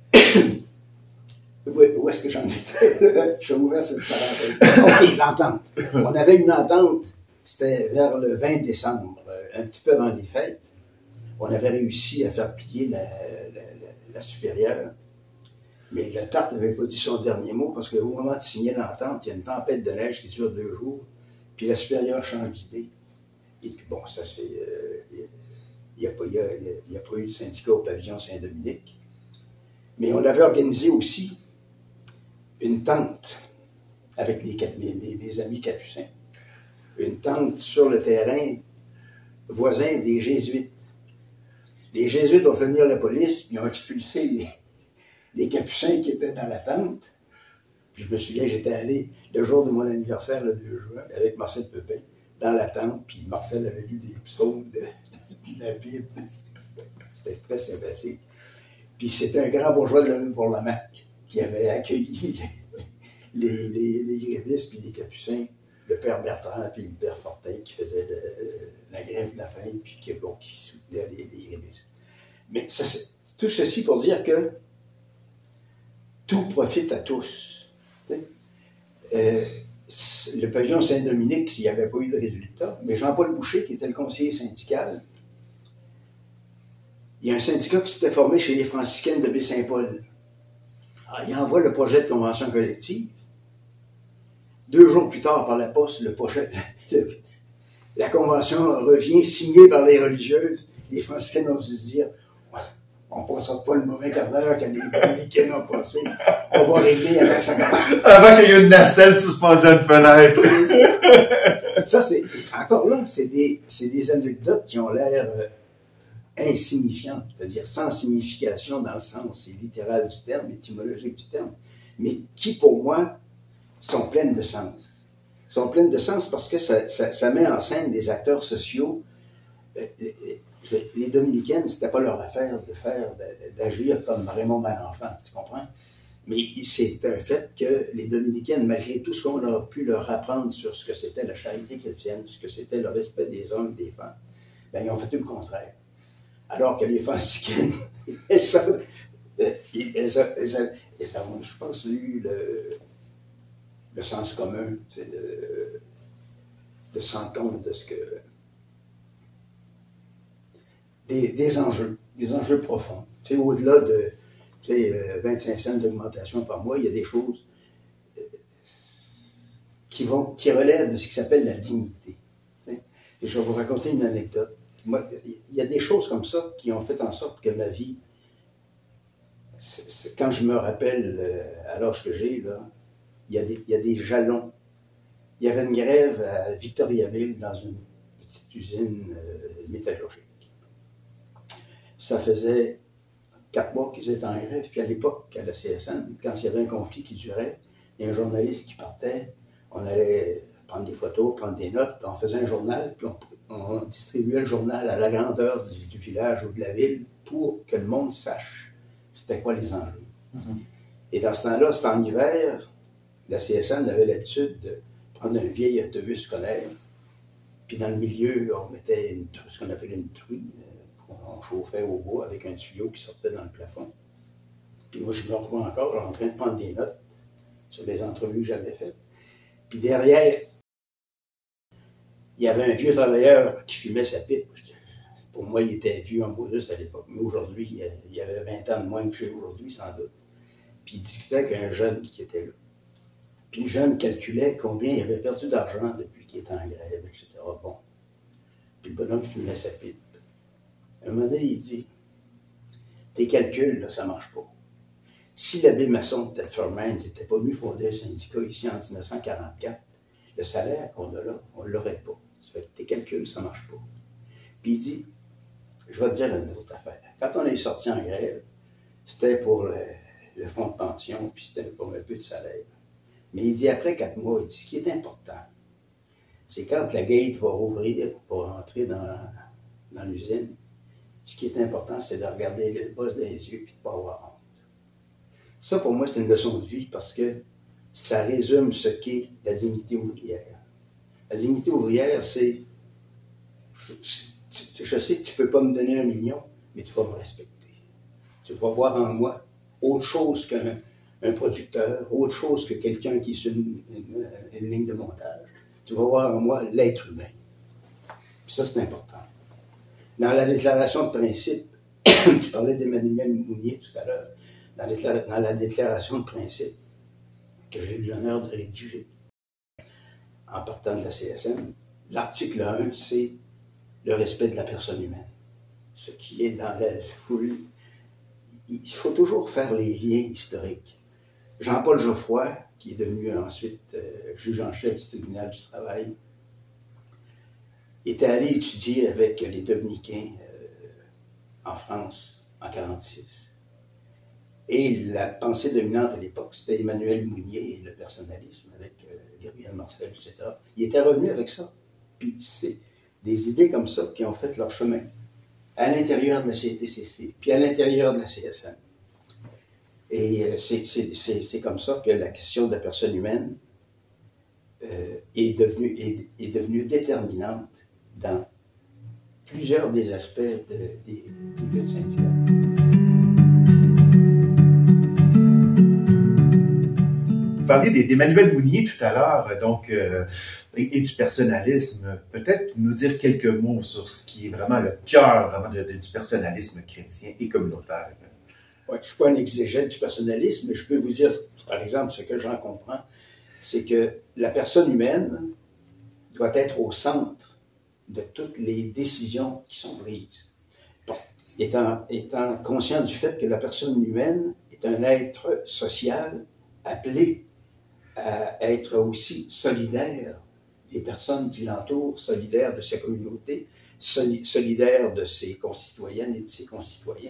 où est-ce que j'en étais? J'ai ouvert cette parenthèse. OK, l'entente. On avait une entente, c'était vers le vingt décembre, un petit peu avant les fêtes. On avait réussi à faire plier la, la, la, la supérieure. Mais le Tarte n'avait pas dit son dernier mot parce qu'au moment de signer l'entente, il y a une tempête de neige qui dure deux jours, puis la supérieure change d'idée. Et puis bon, ça c'est... Euh, il n'y a, a, a pas eu de syndicat au pavillon Saint-Dominique. Mais on avait organisé aussi une tente avec les, mes, mes, mes amis capucins. Une tente sur le terrain voisin des Jésuites. Les Jésuites ont fait venir la police, puis ont expulsé les, les capucins qui étaient dans la tente. Puis je me souviens, j'étais allé le jour de mon anniversaire, le deux juin, avec Marcel Pépin, dans la tente, puis Marcel avait lu des psaumes de, de la Bible. C'était très sympathique. Puis c'était un grand bourgeois de l'Homme pour la Marque qui avait accueilli les, les, les grévistes puis les capucins, le père Bertrand puis le père Fortin qui faisaient le, la grève de la faim puis qui, bon, qui soutenaient les, les grévistes. Mais ça, tout ceci pour dire que tout profite à tous. Tu sais. Euh, le pavillon Saint-Dominique, s'il n'y avait pas eu de résultat, mais Jean-Paul Boucher, qui était le conseiller syndical, il y a un syndicat qui s'était formé chez les franciscaines de Baie-Saint-Paul. Alors, il envoie le projet de convention collective. Deux jours plus tard, par la poste, le projet, le, la Convention revient signée par les religieuses, les franciscaines vont se dire, on ne passera pas le mauvais quart d'heure que les dominicaines ont passé. On va régler avec ça. Avant qu'il y ait une nacelle suspendue à une fenêtre. Ça, c'est, encore là, c'est des, c'est des anecdotes qui ont l'air euh, insignifiantes, c'est-à-dire sans signification dans le sens littéral du terme, étymologique du terme, mais qui, pour moi, sont pleines de sens. Sont pleines de sens parce que ça, ça, ça met en scène des acteurs sociaux. Euh, les Dominicaines, c'était pas leur affaire de faire, d'agir comme Raymond Malenfant, tu comprends? Mais c'est un fait que les Dominicaines, malgré tout ce qu'on a pu leur apprendre sur ce que c'était la charité chrétienne, ce que c'était le respect des hommes et des femmes, ben, ils ont fait tout le contraire. Alors que les franciscaines, elles ont, elles, elles, elles, elles ont, je pense, eu le, le sens commun, de, de se rendre compte de ce que... Des, des enjeux, des enjeux profonds. Tu sais, au-delà de tu sais, euh, vingt-cinq cents d'augmentation par mois, il y a des choses euh, qui, vont, qui relèvent de ce qui s'appelle la dignité. Tu sais. Et je vais vous raconter une anecdote. Moi, il y a des choses comme ça qui ont fait en sorte que ma vie, c'est, c'est, quand je me rappelle euh, à l'âge que j'ai, là, il y a des, il y a des jalons. Il y avait une grève à Victoriaville dans une petite usine euh, métallurgique. Ça faisait quatre mois qu'ils étaient en grève, puis à l'époque, à la C S N, quand il y avait un conflit qui durait, il y a un journaliste qui partait, on allait prendre des photos, prendre des notes, on faisait un journal, puis on, on distribuait le journal à la grandeur du, du village ou de la ville pour que le monde sache c'était quoi les enjeux. Mm-hmm. Et dans ce temps-là, c'était en hiver, la C S N avait l'habitude de prendre un vieil autobus scolaire, puis dans le milieu, on mettait une, ce qu'on appelait une truie. On chauffait au bois avec un tuyau qui sortait dans le plafond. Puis moi, je me revois encore en train de prendre des notes sur les entrevues que j'avais faites. Puis derrière, il y avait un vieux travailleur qui fumait sa pipe. Pour moi, il était vieux en modus à l'époque. Mais aujourd'hui, il y avait vingt ans de moins que j'ai aujourd'hui, sans doute. Puis il discutait avec un jeune qui était là. Puis le jeune calculait combien il avait perdu d'argent depuis qu'il était en grève, et cetera. Bon. Puis le bonhomme fumait sa pipe. À un moment donné, il dit, tes calculs, là, ça ne marche pas. Si l'abbé Masson de Thetford-Mines n'était pas venu fonder un syndicat ici en dix-neuf cent quarante-quatre, le salaire qu'on a là, on ne l'aurait pas. Ça fait que tes calculs, ça ne marche pas. Puis il dit, je vais te dire une autre affaire. Quand on est sorti en grève, c'était pour le, le fonds de pension, puis c'était pour un peu de salaire. Mais il dit, après quatre mois, il dit, ce qui est important, c'est quand la gate va rouvrir pour entrer dans, dans l'usine, ce qui est important, c'est de regarder le boss dans les yeux et de ne pas avoir honte. Ça, pour moi, c'est une leçon de vie parce que ça résume ce qu'est la dignité ouvrière. La dignité ouvrière, c'est, je, je sais que tu ne peux pas me donner un million, mais tu vas me respecter. Tu vas voir en moi autre chose qu'un un producteur, autre chose que quelqu'un qui est sur une, une, une ligne de montage. Tu vas voir en moi l'être humain. Puis ça, c'est important. Dans la déclaration de principe, tu parlais d'Emmanuel Mounier tout à l'heure, dans, dans la déclaration de principe que j'ai eu l'honneur de rédiger en partant de la C S M, l'article un, c'est le respect de la personne humaine. Ce qui est dans la foule. Il faut toujours faire les liens historiques. Jean-Paul Geoffroy, qui est devenu ensuite euh, juge en chef du tribunal du travail, était allé étudier avec les Dominicains euh, en France en mille neuf cent quarante-six. Et la pensée dominante à l'époque, c'était Emmanuel Mounier et le personnalisme avec euh, Gabriel Marcel, et cetera. Il était revenu avec ça. Puis c'est des idées comme ça qui ont fait leur chemin à l'intérieur de la C T C C, puis à l'intérieur de la C S N. Et euh, c'est, c'est, c'est, c'est comme ça que la question de la personne humaine euh, est, devenue, est, est devenue déterminante dans plusieurs des aspects de, des, des luttes syndicales. Vous parliez d'Emmanuel Mounier tout à l'heure, donc, euh, et, et du personnalisme. Peut-être nous dire quelques mots sur ce qui est vraiment le cœur vraiment de, de, du personnalisme chrétien et communautaire. Ouais, je ne suis pas un exégète du personnalisme, mais je peux vous dire, par exemple, ce que j'en comprends, c'est que la personne humaine doit être au centre de toutes les décisions qui sont prises. Bon, étant, étant conscient du fait que la personne humaine est un être social appelé à être aussi solidaire des personnes qui l'entourent, solidaire de sa communauté, solidaire de ses concitoyennes et de ses concitoyens.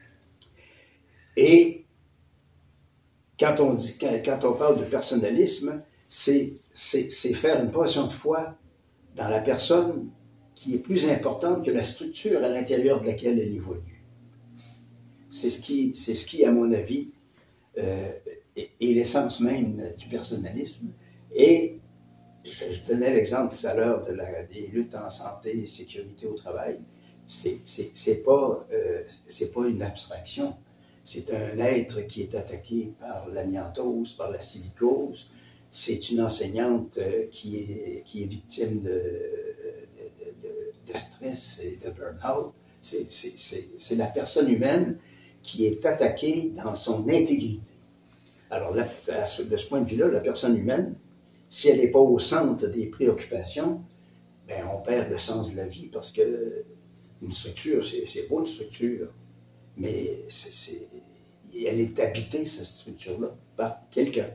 Et quand on, dit, quand, quand on parle de personnalisme, c'est, c'est, c'est faire une position de foi dans la personne qui est plus importante que la structure à l'intérieur de laquelle elle évolue. C'est ce qui, c'est ce qui à mon avis, euh, est, est l'essence même du personnalisme. Et je, je donnais l'exemple tout à l'heure de la, des luttes en santé et sécurité au travail. C'est, c'est, c'est pas, euh, c'est pas une abstraction. C'est un être qui est attaqué par l'amiantose, par la silicose. C'est une enseignante euh, qui, est, qui est victime de, de, de, de stress et de burn-out. C'est, c'est, c'est, c'est la personne humaine qui est attaquée dans son intégrité. Alors, là, de ce point de vue-là, la personne humaine, si elle n'est pas au centre des préoccupations, ben, on perd le sens de la vie parce que une structure, c'est, c'est beau une structure, mais c'est, c'est, elle est habitée, cette structure-là, par quelqu'un.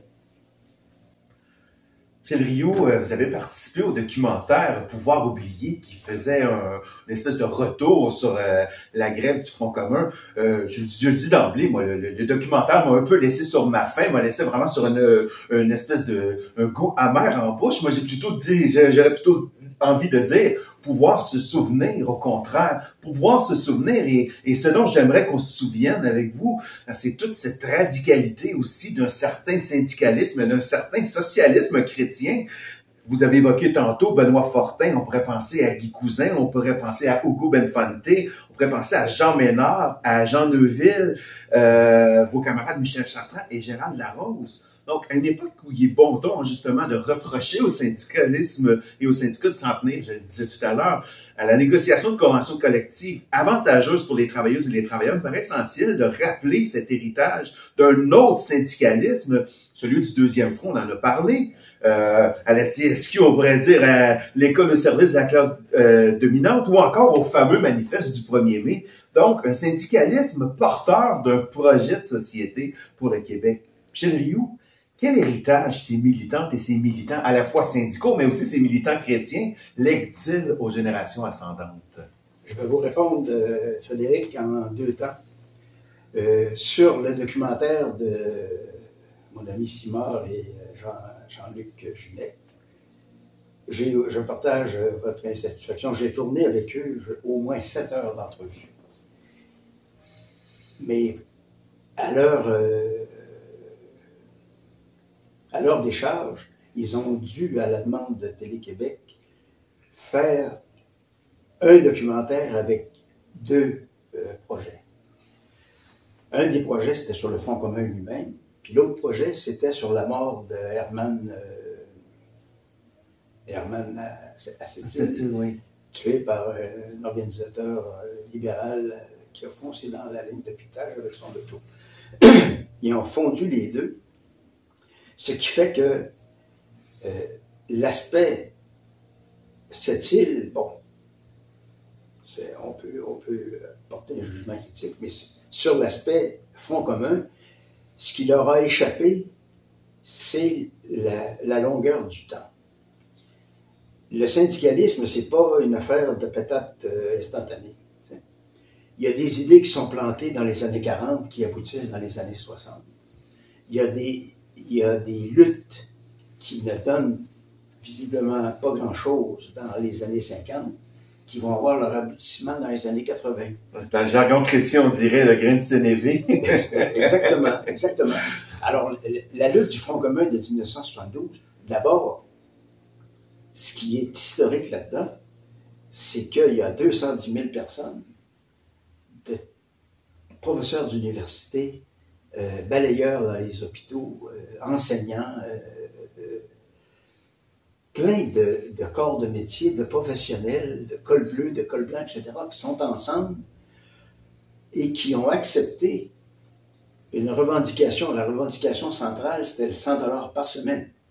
Michel Rioux, vous avez participé au documentaire Pouvoir oublier qui faisait un, une espèce de retour sur euh, la grève du Front commun. Euh, je, je le dis d'emblée, moi, le, le documentaire m'a un peu laissé sur ma faim, m'a laissé vraiment sur une, une espèce de un goût amer en bouche. Moi, j'ai plutôt dit, j'aurais plutôt envie de dire pouvoir se souvenir, au contraire, pouvoir se souvenir, et, et ce dont j'aimerais qu'on se souvienne avec vous, c'est toute cette radicalité aussi d'un certain syndicalisme, d'un certain socialisme chrétien. Vous avez évoqué tantôt Benoît Fortin, on pourrait penser à Guy Cousin, on pourrait penser à Hugo Benfante, on pourrait penser à Jean Ménard, à Jean Neuville, euh, vos camarades Michel Chartrand et Gérald Larose. Donc, à une époque où il est bon ton, justement, de reprocher au syndicalisme et au syndicat de s'en tenir, je le disais tout à l'heure, à la négociation de conventions collectives avantageuses pour les travailleuses et les travailleurs, il me paraît essentiel de rappeler cet héritage d'un autre syndicalisme, celui du Deuxième Front, on en a parlé, euh, à la C S Q, on pourrait dire à l'école au service de la classe euh, dominante, ou encore au fameux manifeste du premier mai. Donc, un syndicalisme porteur d'un projet de société pour le Québec. Michel Rioux, quel héritage ces militantes et ces militants, à la fois syndicaux, mais aussi ces militants chrétiens, lèguent-ils aux générations ascendantes? Je vais vous répondre, euh, Frédéric, en deux temps. Euh, sur le documentaire de mon ami Simard et Jean, Jean-Luc Junet, j'ai, je partage votre insatisfaction. J'ai tourné avec eux au moins sept heures d'entrevue. Mais à leur... Euh, À leur décharge, ils ont dû, à la demande de Télé-Québec, faire un documentaire avec deux euh, projets. Un des projets, c'était sur le Front commun lui-même, puis l'autre projet, c'était sur la mort de Herman, euh, Herman Assetil, oui. Tué par un organisateur euh, libéral euh, qui a foncé dans la ligne de piquetage avec son auto. Ils ont fondu les deux. Ce qui fait que euh, l'aspect, cette île, bon, c'est, on, peut, on peut porter un jugement critique, mais sur l'aspect Front commun, ce qui leur a échappé, c'est la, la longueur du temps. Le syndicalisme, c'est pas une affaire de pétate euh, instantanée. T'sais. Il y a des idées qui sont plantées dans les années quarante qui aboutissent dans les années soixante. Il y a des Il y a des luttes qui ne donnent visiblement pas grand-chose dans les années cinquante, qui vont avoir leur aboutissement dans les années quatre-vingts. Dans le jargon chrétien, on dirait le grain de sénévé. Exactement, exactement. Alors, la lutte du Front commun de dix-neuf cent soixante-douze, d'abord, ce qui est historique là-dedans, c'est qu'il y a deux cent dix mille personnes, de professeurs d'université, Euh, balayeurs dans les hôpitaux, euh, enseignants, euh, euh, plein de, de corps de métier, de professionnels, de col bleu, de col blanc, et cetera, qui sont ensemble et qui ont accepté une revendication. La revendication centrale, c'était le cent dollars par semaine.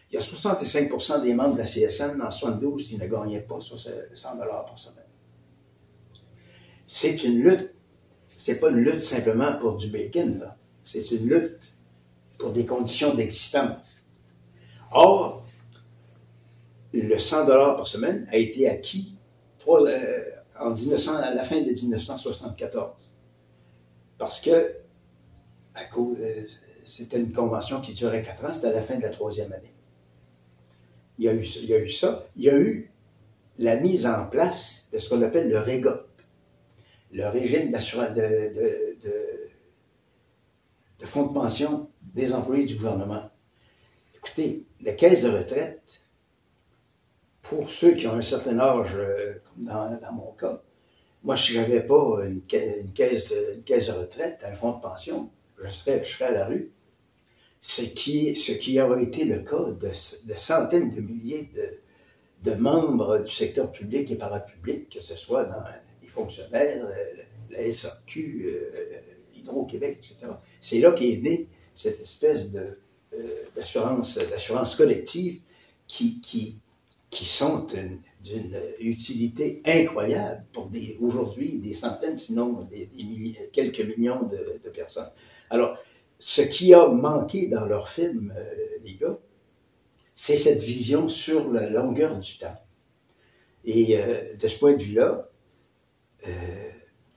il y a soixante-cinq pour cent des membres de la C S N en soixante-douze qui ne gagnaient pas sur cent dollars par semaine. C'est une lutte, c'est pas une lutte simplement pour du bacon, là. C'est une lutte pour des conditions d'existence. Or, le cent dollars par semaine a été acquis trois, euh, en mille neuf cents, à la fin de mille neuf cent soixante-quatorze. Parce que à cause, euh, c'était une convention qui durait quatre ans, c'était à la fin de la troisième année. Il y a eu, il y a eu ça. Il y a eu la mise en place de ce qu'on appelle le REGOP, le régime d'assurance de, de, de, de fonds de pension des employés du gouvernement. Écoutez, la caisse de retraite, pour ceux qui ont un certain âge, euh, comme dans, dans mon cas, moi, si je n'avais pas une, une, caisse de, une caisse de retraite, un fonds de pension, je serais, je serais à la rue. Ce qui, ce qui aurait été le cas de, de centaines de milliers de, de membres du secteur public et parapublic, que ce soit dans les fonctionnaires, la S A Q, euh, Hydro-Québec, et cetera. C'est là qu'est née cette espèce de, euh, d'assurance, d'assurance collective qui, qui, qui sont d'une utilité incroyable pour des, aujourd'hui des centaines, sinon des, des milliers, quelques millions de, de personnes. Alors, ce qui a manqué dans leur film, euh, les gars, c'est cette vision sur la longueur du temps. Et euh, de ce point de vue-là, euh,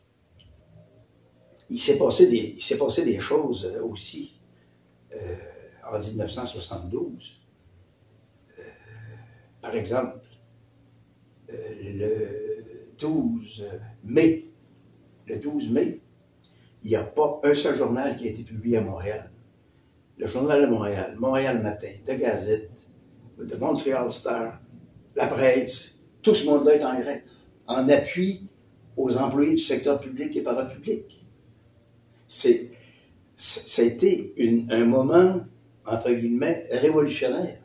il s'est passé des, il s'est passé des choses aussi euh, en mille neuf cent soixante-douze. Euh, par exemple, euh, le douze mai, le douze mai, il n'y a pas un seul journal qui a été publié à Montréal. Le Journal de Montréal, Montréal Matin, The Gazette, The Montreal Star, La Presse, tout ce monde-là est en grève, en appui aux employés du secteur public et parapublic. C'est, ça a été une, un moment, entre guillemets, révolutionnaire.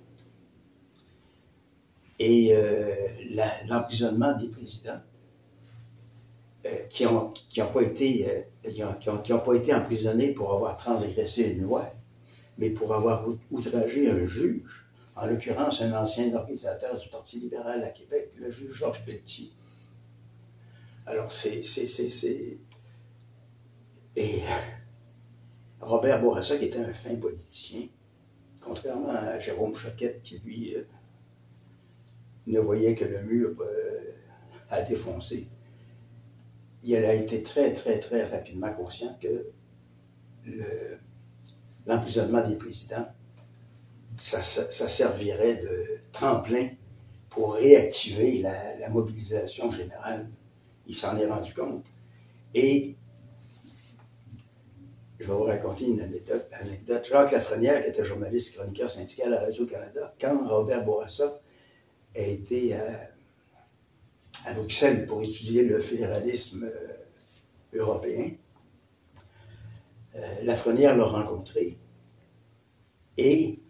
Et euh, la, l'emprisonnement des présidents, euh, qui n'ont qui ont pas été, euh, qui ont, qui ont, qui ont pas été emprisonnés pour avoir transgressé une loi, mais pour avoir outragé un juge, en l'occurrence un ancien organisateur du Parti libéral à Québec, le juge Georges Pelletier. Alors, c'est... c'est, c'est, c'est... Et Robert Bourassa, qui était un fin politicien, contrairement à Jérôme Choquette, qui, lui, euh, ne voyait que le mur euh, à défoncer, il a été très, très, très rapidement conscient que le, l'emprisonnement des présidents, ça, ça, ça servirait de tremplin pour réactiver la, la mobilisation générale. Il s'en est rendu compte. Et je vais vous raconter une anecdote. anecdote. Jacques Lafrenière, qui était journaliste chroniqueur syndical à Radio-Canada, quand Robert Bourassa a été à, à Bruxelles pour étudier le fédéralisme euh, européen, euh, Lafrenière l'a rencontré. Et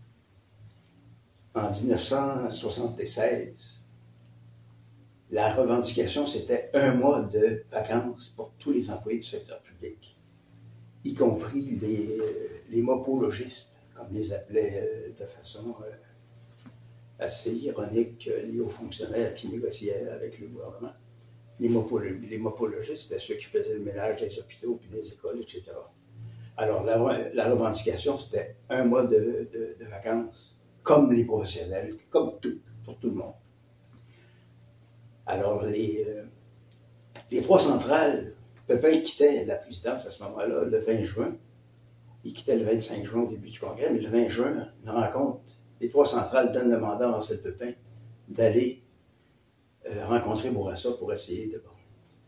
en dix-neuf cent soixante-seize, la revendication, c'était un mois de vacances pour tous les employés du secteur public, y compris les, les mopologistes, comme les appelait de façon assez ironique les hauts fonctionnaires qui négociaient avec le gouvernement. Les, mopolo- les mopologistes, c'était ceux qui faisaient le ménage des hôpitaux puis des écoles, et cetera. Alors, la, la revendication, c'était un mois de, de, de vacances, comme les professionnels, comme tout, pour tout le monde. Alors, les, euh, les trois centrales, Pépin quittait la présidence à ce moment-là, le vingt juin. Il quittait le vingt-cinq juin au début du congrès, mais le vingt juin, une rencontre, les trois centrales donnent le mandat à Marcel Pépin d'aller euh, rencontrer Bourassa pour essayer de... Bon.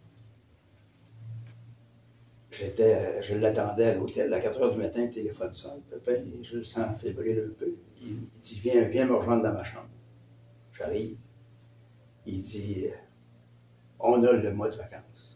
J'étais, euh, je l'attendais à l'hôtel, à quatre heures du matin, le téléphone sonne, Pépin, je le sens fébrile un peu. Il, il dit, viens, viens me rejoindre dans ma chambre. J'arrive. Il dit, on a le mois de vacances.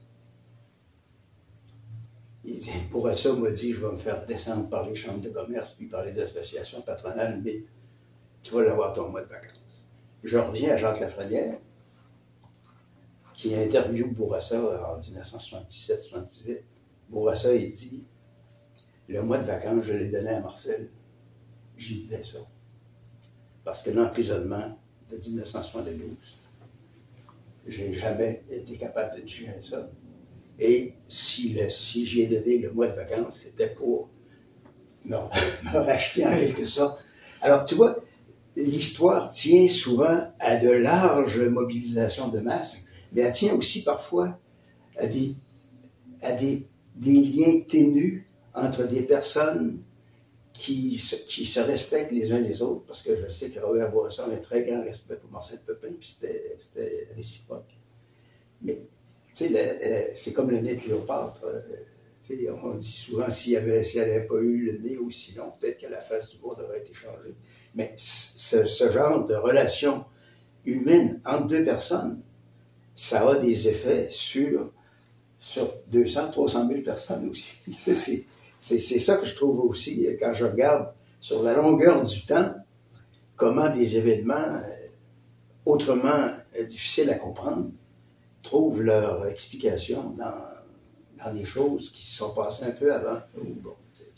Il dit, Bourassa m'a dit, je vais me faire descendre par les chambres de commerce, puis par les associations patronales, mais tu vas l'avoir ton mois de vacances. Je reviens à Jacques Lafrenière, qui interviewe Bourassa en dix-neuf cent soixante-dix-sept soixante-dix-huit. Bourassa, il dit, le mois de vacances, je l'ai donné à Marcel. J'y disais ça. parce que l'emprisonnement de mille neuf cent soixante-douze, j'ai jamais été capable de gérer ça. Et si, le, si j'y ai donné le mois de vacances, c'était pour me, me racheter en quelque sorte. Alors, tu vois, l'histoire tient souvent à de larges mobilisations de masse, mais elle tient aussi parfois à des, à des, des liens ténus entre des personnes qui se, qui se respectent les uns les autres, parce que je sais que Robert Bourassa a un très grand respect pour Marcel Pepin, puis c'était réciproque. Mais, tu sais, c'est comme le nez de Cléopâtre. Tu sais, on dit souvent, si elle n'avait pas eu le nez aussi long, peut-être que la face du monde aurait été changée. Mais ce, ce genre de relation humaine entre deux personnes, ça a des effets sur, sur deux cents, trois cent mille personnes aussi. C'est ça que je trouve aussi, quand je regarde sur la longueur du temps, comment des événements autrement difficiles à comprendre trouvent leur explication dans, dans des choses qui se sont passées un peu avant. Bon,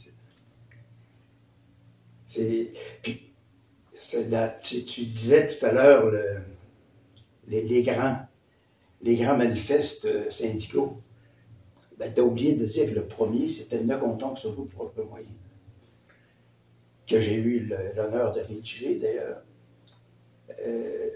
c'est, puis, la, tu, tu disais tout à l'heure le, les, les, grands, les grands manifestes syndicaux. Ben, tu as oublié de dire que le premier, c'était Ne comptons que sur vos propres moyens, que j'ai eu l'honneur de rédiger d'ailleurs. Euh,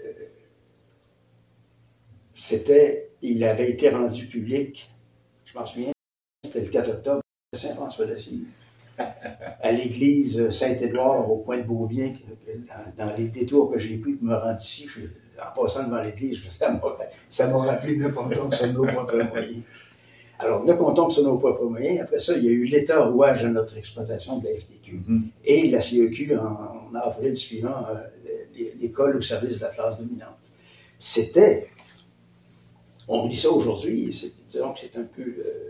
c'était, il avait été rendu public, je m'en souviens, c'était le quatre octobre, à Saint-François-d'Assise, à l'église Saint-Édouard, au coin de Beaubien, dans, dans les détours que j'ai pris pour me rendre ici, je, en passant devant l'église, ça m'a rappelé Ne comptons que sur nos propres moyens. Alors, Ne comptons que sur nos propres moyens. Après ça, il y a eu l'État rouage à notre exploitation de la F T Q. Mm-hmm. Et la C E Q, en, en avril suivant, euh, l'école au service de la classe dominante. C'était, on lit ça aujourd'hui, disons que c'est un peu, euh,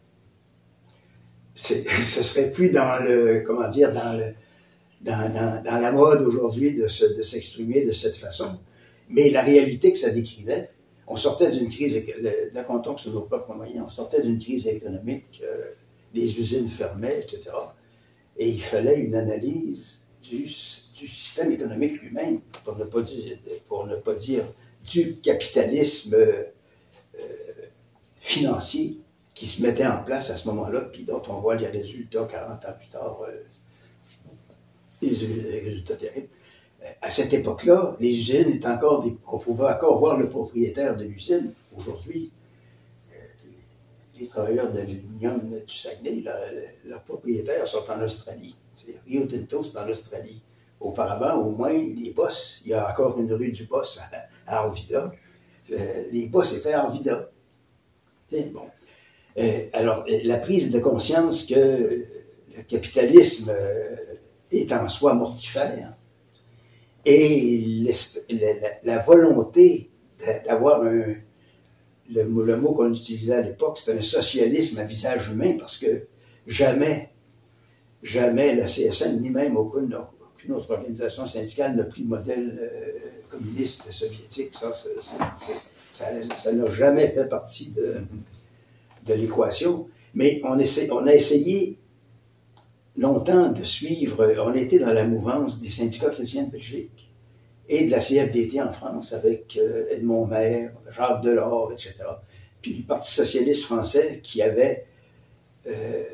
ce serait plus dans le, comment dire, dans, le, dans, dans, dans la mode aujourd'hui de s'exprimer de, de cette façon. Mais la réalité que ça décrivait, on sortait d'une crise, Ne comptons que sur nos propres moyens, on sortait d'une crise économique, euh, les usines fermaient, et cetera. Et il fallait une analyse du, du système économique lui-même, pour ne pas dire, pour ne pas dire du capitalisme euh, financier qui se mettait en place à ce moment-là, puis dont on voit les résultats quarante ans plus tard, euh, les résultats terribles. À cette époque-là, les usines étaient encore des, on pouvait encore voir le propriétaire de l'usine. Aujourd'hui, euh, les travailleurs de l'aluminium du Saguenay, leurs propriétaires sont en Australie. Rio Tinto, c'est en Australie. Auparavant, au moins, les boss, il y a encore une rue du boss à, à Arvida. Euh, les boss étaient à Arvida. Bon. Euh, alors, la prise de conscience que le capitalisme euh, est en soi mortifère, et la, la volonté d'avoir un, le, le mot qu'on utilisait à l'époque, c'était un socialisme à visage humain, parce que jamais, jamais la C S N, ni même aucune, aucune autre organisation syndicale n'a pris le modèle euh, communiste soviétique. Ça, ça, ça, ça n'a jamais fait partie de, de l'équation. Mais on, essaie, on a essayé longtemps de suivre, on était dans la mouvance des syndicats chrétiens de Belgique et de la C F D T en France avec euh, Edmond Maire, Jacques Delors, et cetera. Puis le Parti socialiste français qui avait, euh,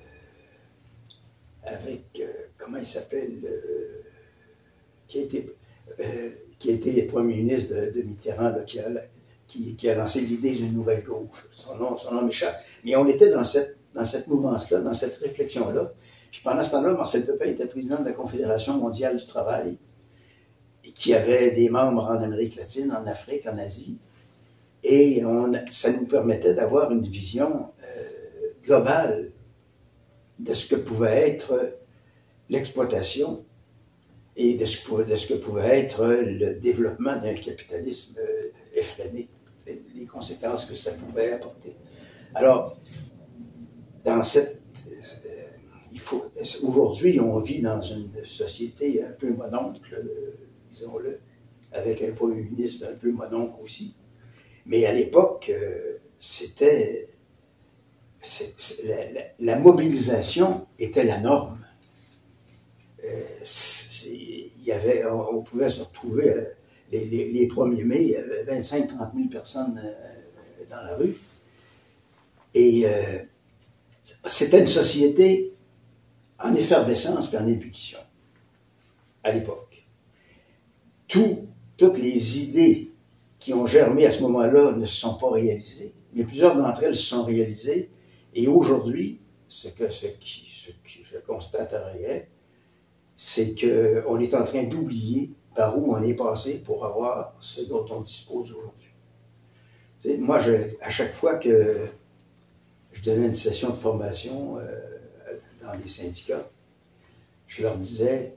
avec, euh, comment il s'appelle, euh, qui, a été, euh, qui a été Premier ministre de, de Mitterrand, là, qui, a, qui, qui a lancé l'idée d'une nouvelle gauche. Son nom, son nom m'échappe. Mais on était dans cette, dans cette mouvance-là, dans cette réflexion-là. Puis pendant ce temps-là, Marcel Pepin était président de la Confédération mondiale du travail, qui avait des membres en Amérique latine, en Afrique, en Asie. Et on, ça nous permettait d'avoir une vision euh, globale de ce que pouvait être l'exploitation et de ce, de ce que pouvait être le développement d'un capitalisme euh, effréné, les conséquences que ça pouvait apporter. Alors, dans cette Aujourd'hui, on vit dans une société un peu mononcle, euh, disons-le, avec un premier ministre un peu mononcle aussi. Mais à l'époque, euh, c'était... La, la, la mobilisation était la norme. Euh, il y avait, on, on pouvait se retrouver euh, les, les, les premiers mai, il y avait vingt-cinq à trente mille personnes euh, dans la rue. Et euh, c'était une société en effervescence et en ébullition à l'époque. Tout, toutes les idées qui ont germé à ce moment-là ne se sont pas réalisées, mais plusieurs d'entre elles se sont réalisées. Et aujourd'hui, ce que, ce, qui, ce que je constate à regret, c'est qu'on est en train d'oublier par où on est passé pour avoir ce dont on dispose aujourd'hui. Tu sais, moi, je, à chaque fois que je donnais une session de formation euh, dans les syndicats, je leur disais,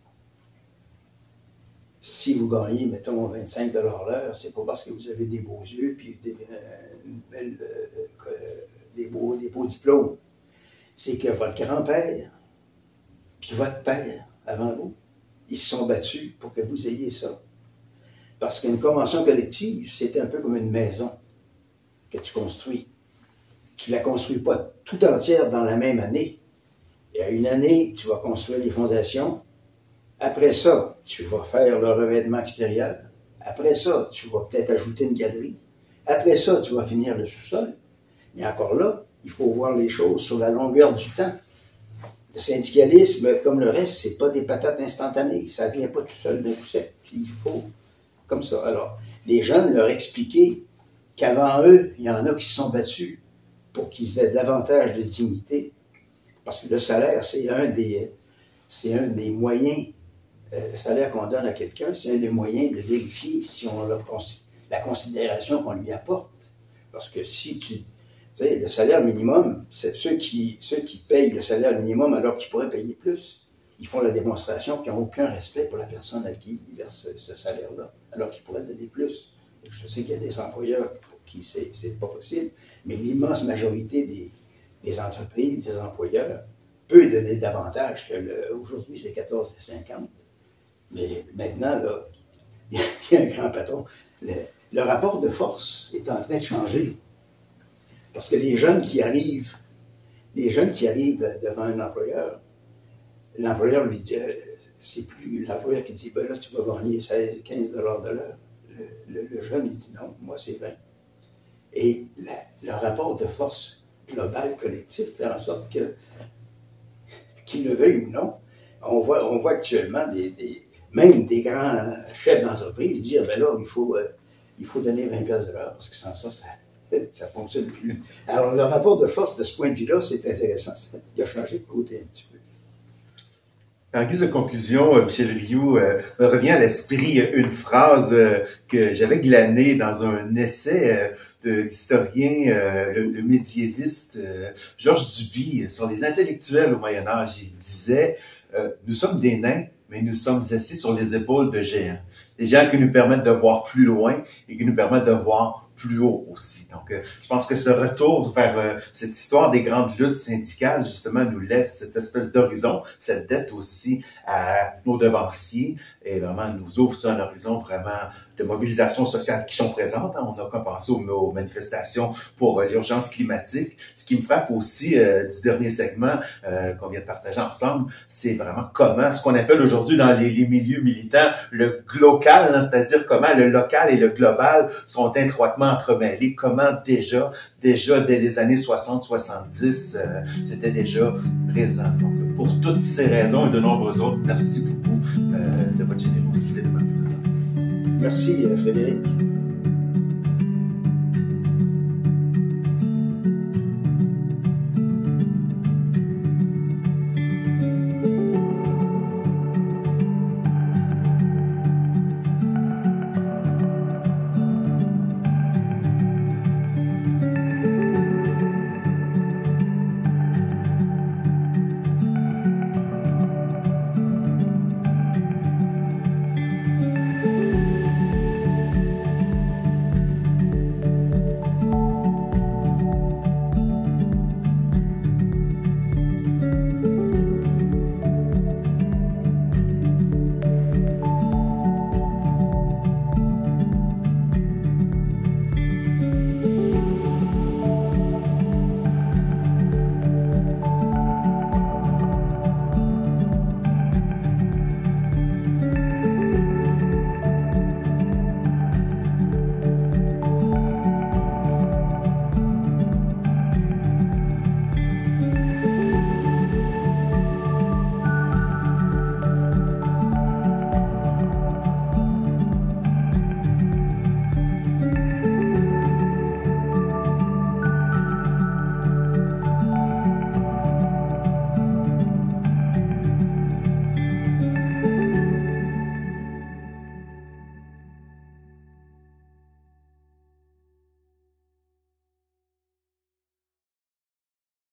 si vous gagnez, mettons, vingt-cinq dollars l'heure, c'est pas parce que vous avez des beaux yeux puis des, euh, une belle, euh, des, beaux, des beaux diplômes. C'est que votre grand-père puis votre père, avant vous, ils se sont battus pour que vous ayez ça. Parce qu'une convention collective, c'est un peu comme une maison que tu construis. Tu ne la construis pas tout entière dans la même année. Il y a une année, tu vas construire les fondations. Après ça, tu vas faire le revêtement extérieur. Après ça, tu vas peut-être ajouter une galerie. Après ça, tu vas finir le sous-sol. Mais encore là, il faut voir les choses sur la longueur du temps. Le syndicalisme, comme le reste, c'est pas des patates instantanées. Ça vient pas tout seul d'un coup sec. Il faut comme ça. Alors, les jeunes leur expliquer qu'avant eux, il y en a qui se sont battus pour qu'ils aient davantage de dignité. Parce que le salaire, c'est un des, c'est un des moyens, euh, le salaire qu'on donne à quelqu'un, c'est un des moyens de vérifier si on a la considération qu'on lui apporte. Parce que si tu, tu sais, le salaire minimum, c'est ceux qui, ceux qui payent le salaire minimum alors qu'ils pourraient payer plus. Ils font la démonstration qu'ils n'ont aucun respect pour la personne à qui ils versent ce, ce salaire-là, alors qu'ils pourraient donner plus. Je sais qu'il y a des employeurs pour qui c'est, c'est pas possible, mais l'immense majorité des, des entreprises, des employeurs, peut donner davantage que le, aujourd'hui c'est quatorze et cinquante. Mais maintenant, là, il y a un grand patron. Le, le rapport de force est en train de changer. Parce que les jeunes qui arrivent, les jeunes qui arrivent devant un employeur, l'employeur lui dit, euh, c'est plus l'employeur qui dit, ben là, tu vas gagner seize, quinze dollars de l'heure. Le, le, le jeune, il dit, non, moi, c'est vingt. Et la, le rapport de force global, collectif, fait en sorte que, qu'ils le veuillent ou non, on voit, on voit actuellement des, des, même des grands chefs d'entreprise dire, ben là, il faut, euh, il faut donner vingt piastres de l'heure, parce que sans ça, ça ça ne fonctionne plus. Alors, le rapport de force de ce point de vue-là, c'est intéressant. Il a changé de côté un petit peu. En guise de conclusion, Michel Rioux, euh, me revient à l'esprit une phrase euh, que j'avais glanée dans un essai euh, de l'historien, euh, le, le médiéviste euh, Georges Duby sur les intellectuels au Moyen Âge. Il disait euh, « Nous sommes des nains, mais nous sommes assis sur les épaules de géants. » Des géants qui nous permettent de voir plus loin et qui nous permettent de voir plus haut aussi. Donc, euh, je pense que ce retour vers euh, cette histoire des grandes luttes syndicales, justement, nous laisse cette espèce d'horizon, cette dette aussi à nos devanciers, et vraiment nous ouvre ça un horizon vraiment de mobilisation sociale qui sont présentes. Hein. On n'a qu'à penser aux, aux manifestations pour euh, l'urgence climatique. Ce qui me frappe aussi euh, du dernier segment euh, qu'on vient de partager ensemble, c'est vraiment comment, ce qu'on appelle aujourd'hui dans les, les milieux militants, le local, hein, c'est-à-dire comment le local et le global sont étroitement entremêlés, comment déjà, déjà dès les années soixante soixante-dix, euh, c'était déjà présent. Donc, pour toutes ces raisons et de nombreuses autres, merci beaucoup euh, de votre générosité, de votre présence. Merci, Frédéric.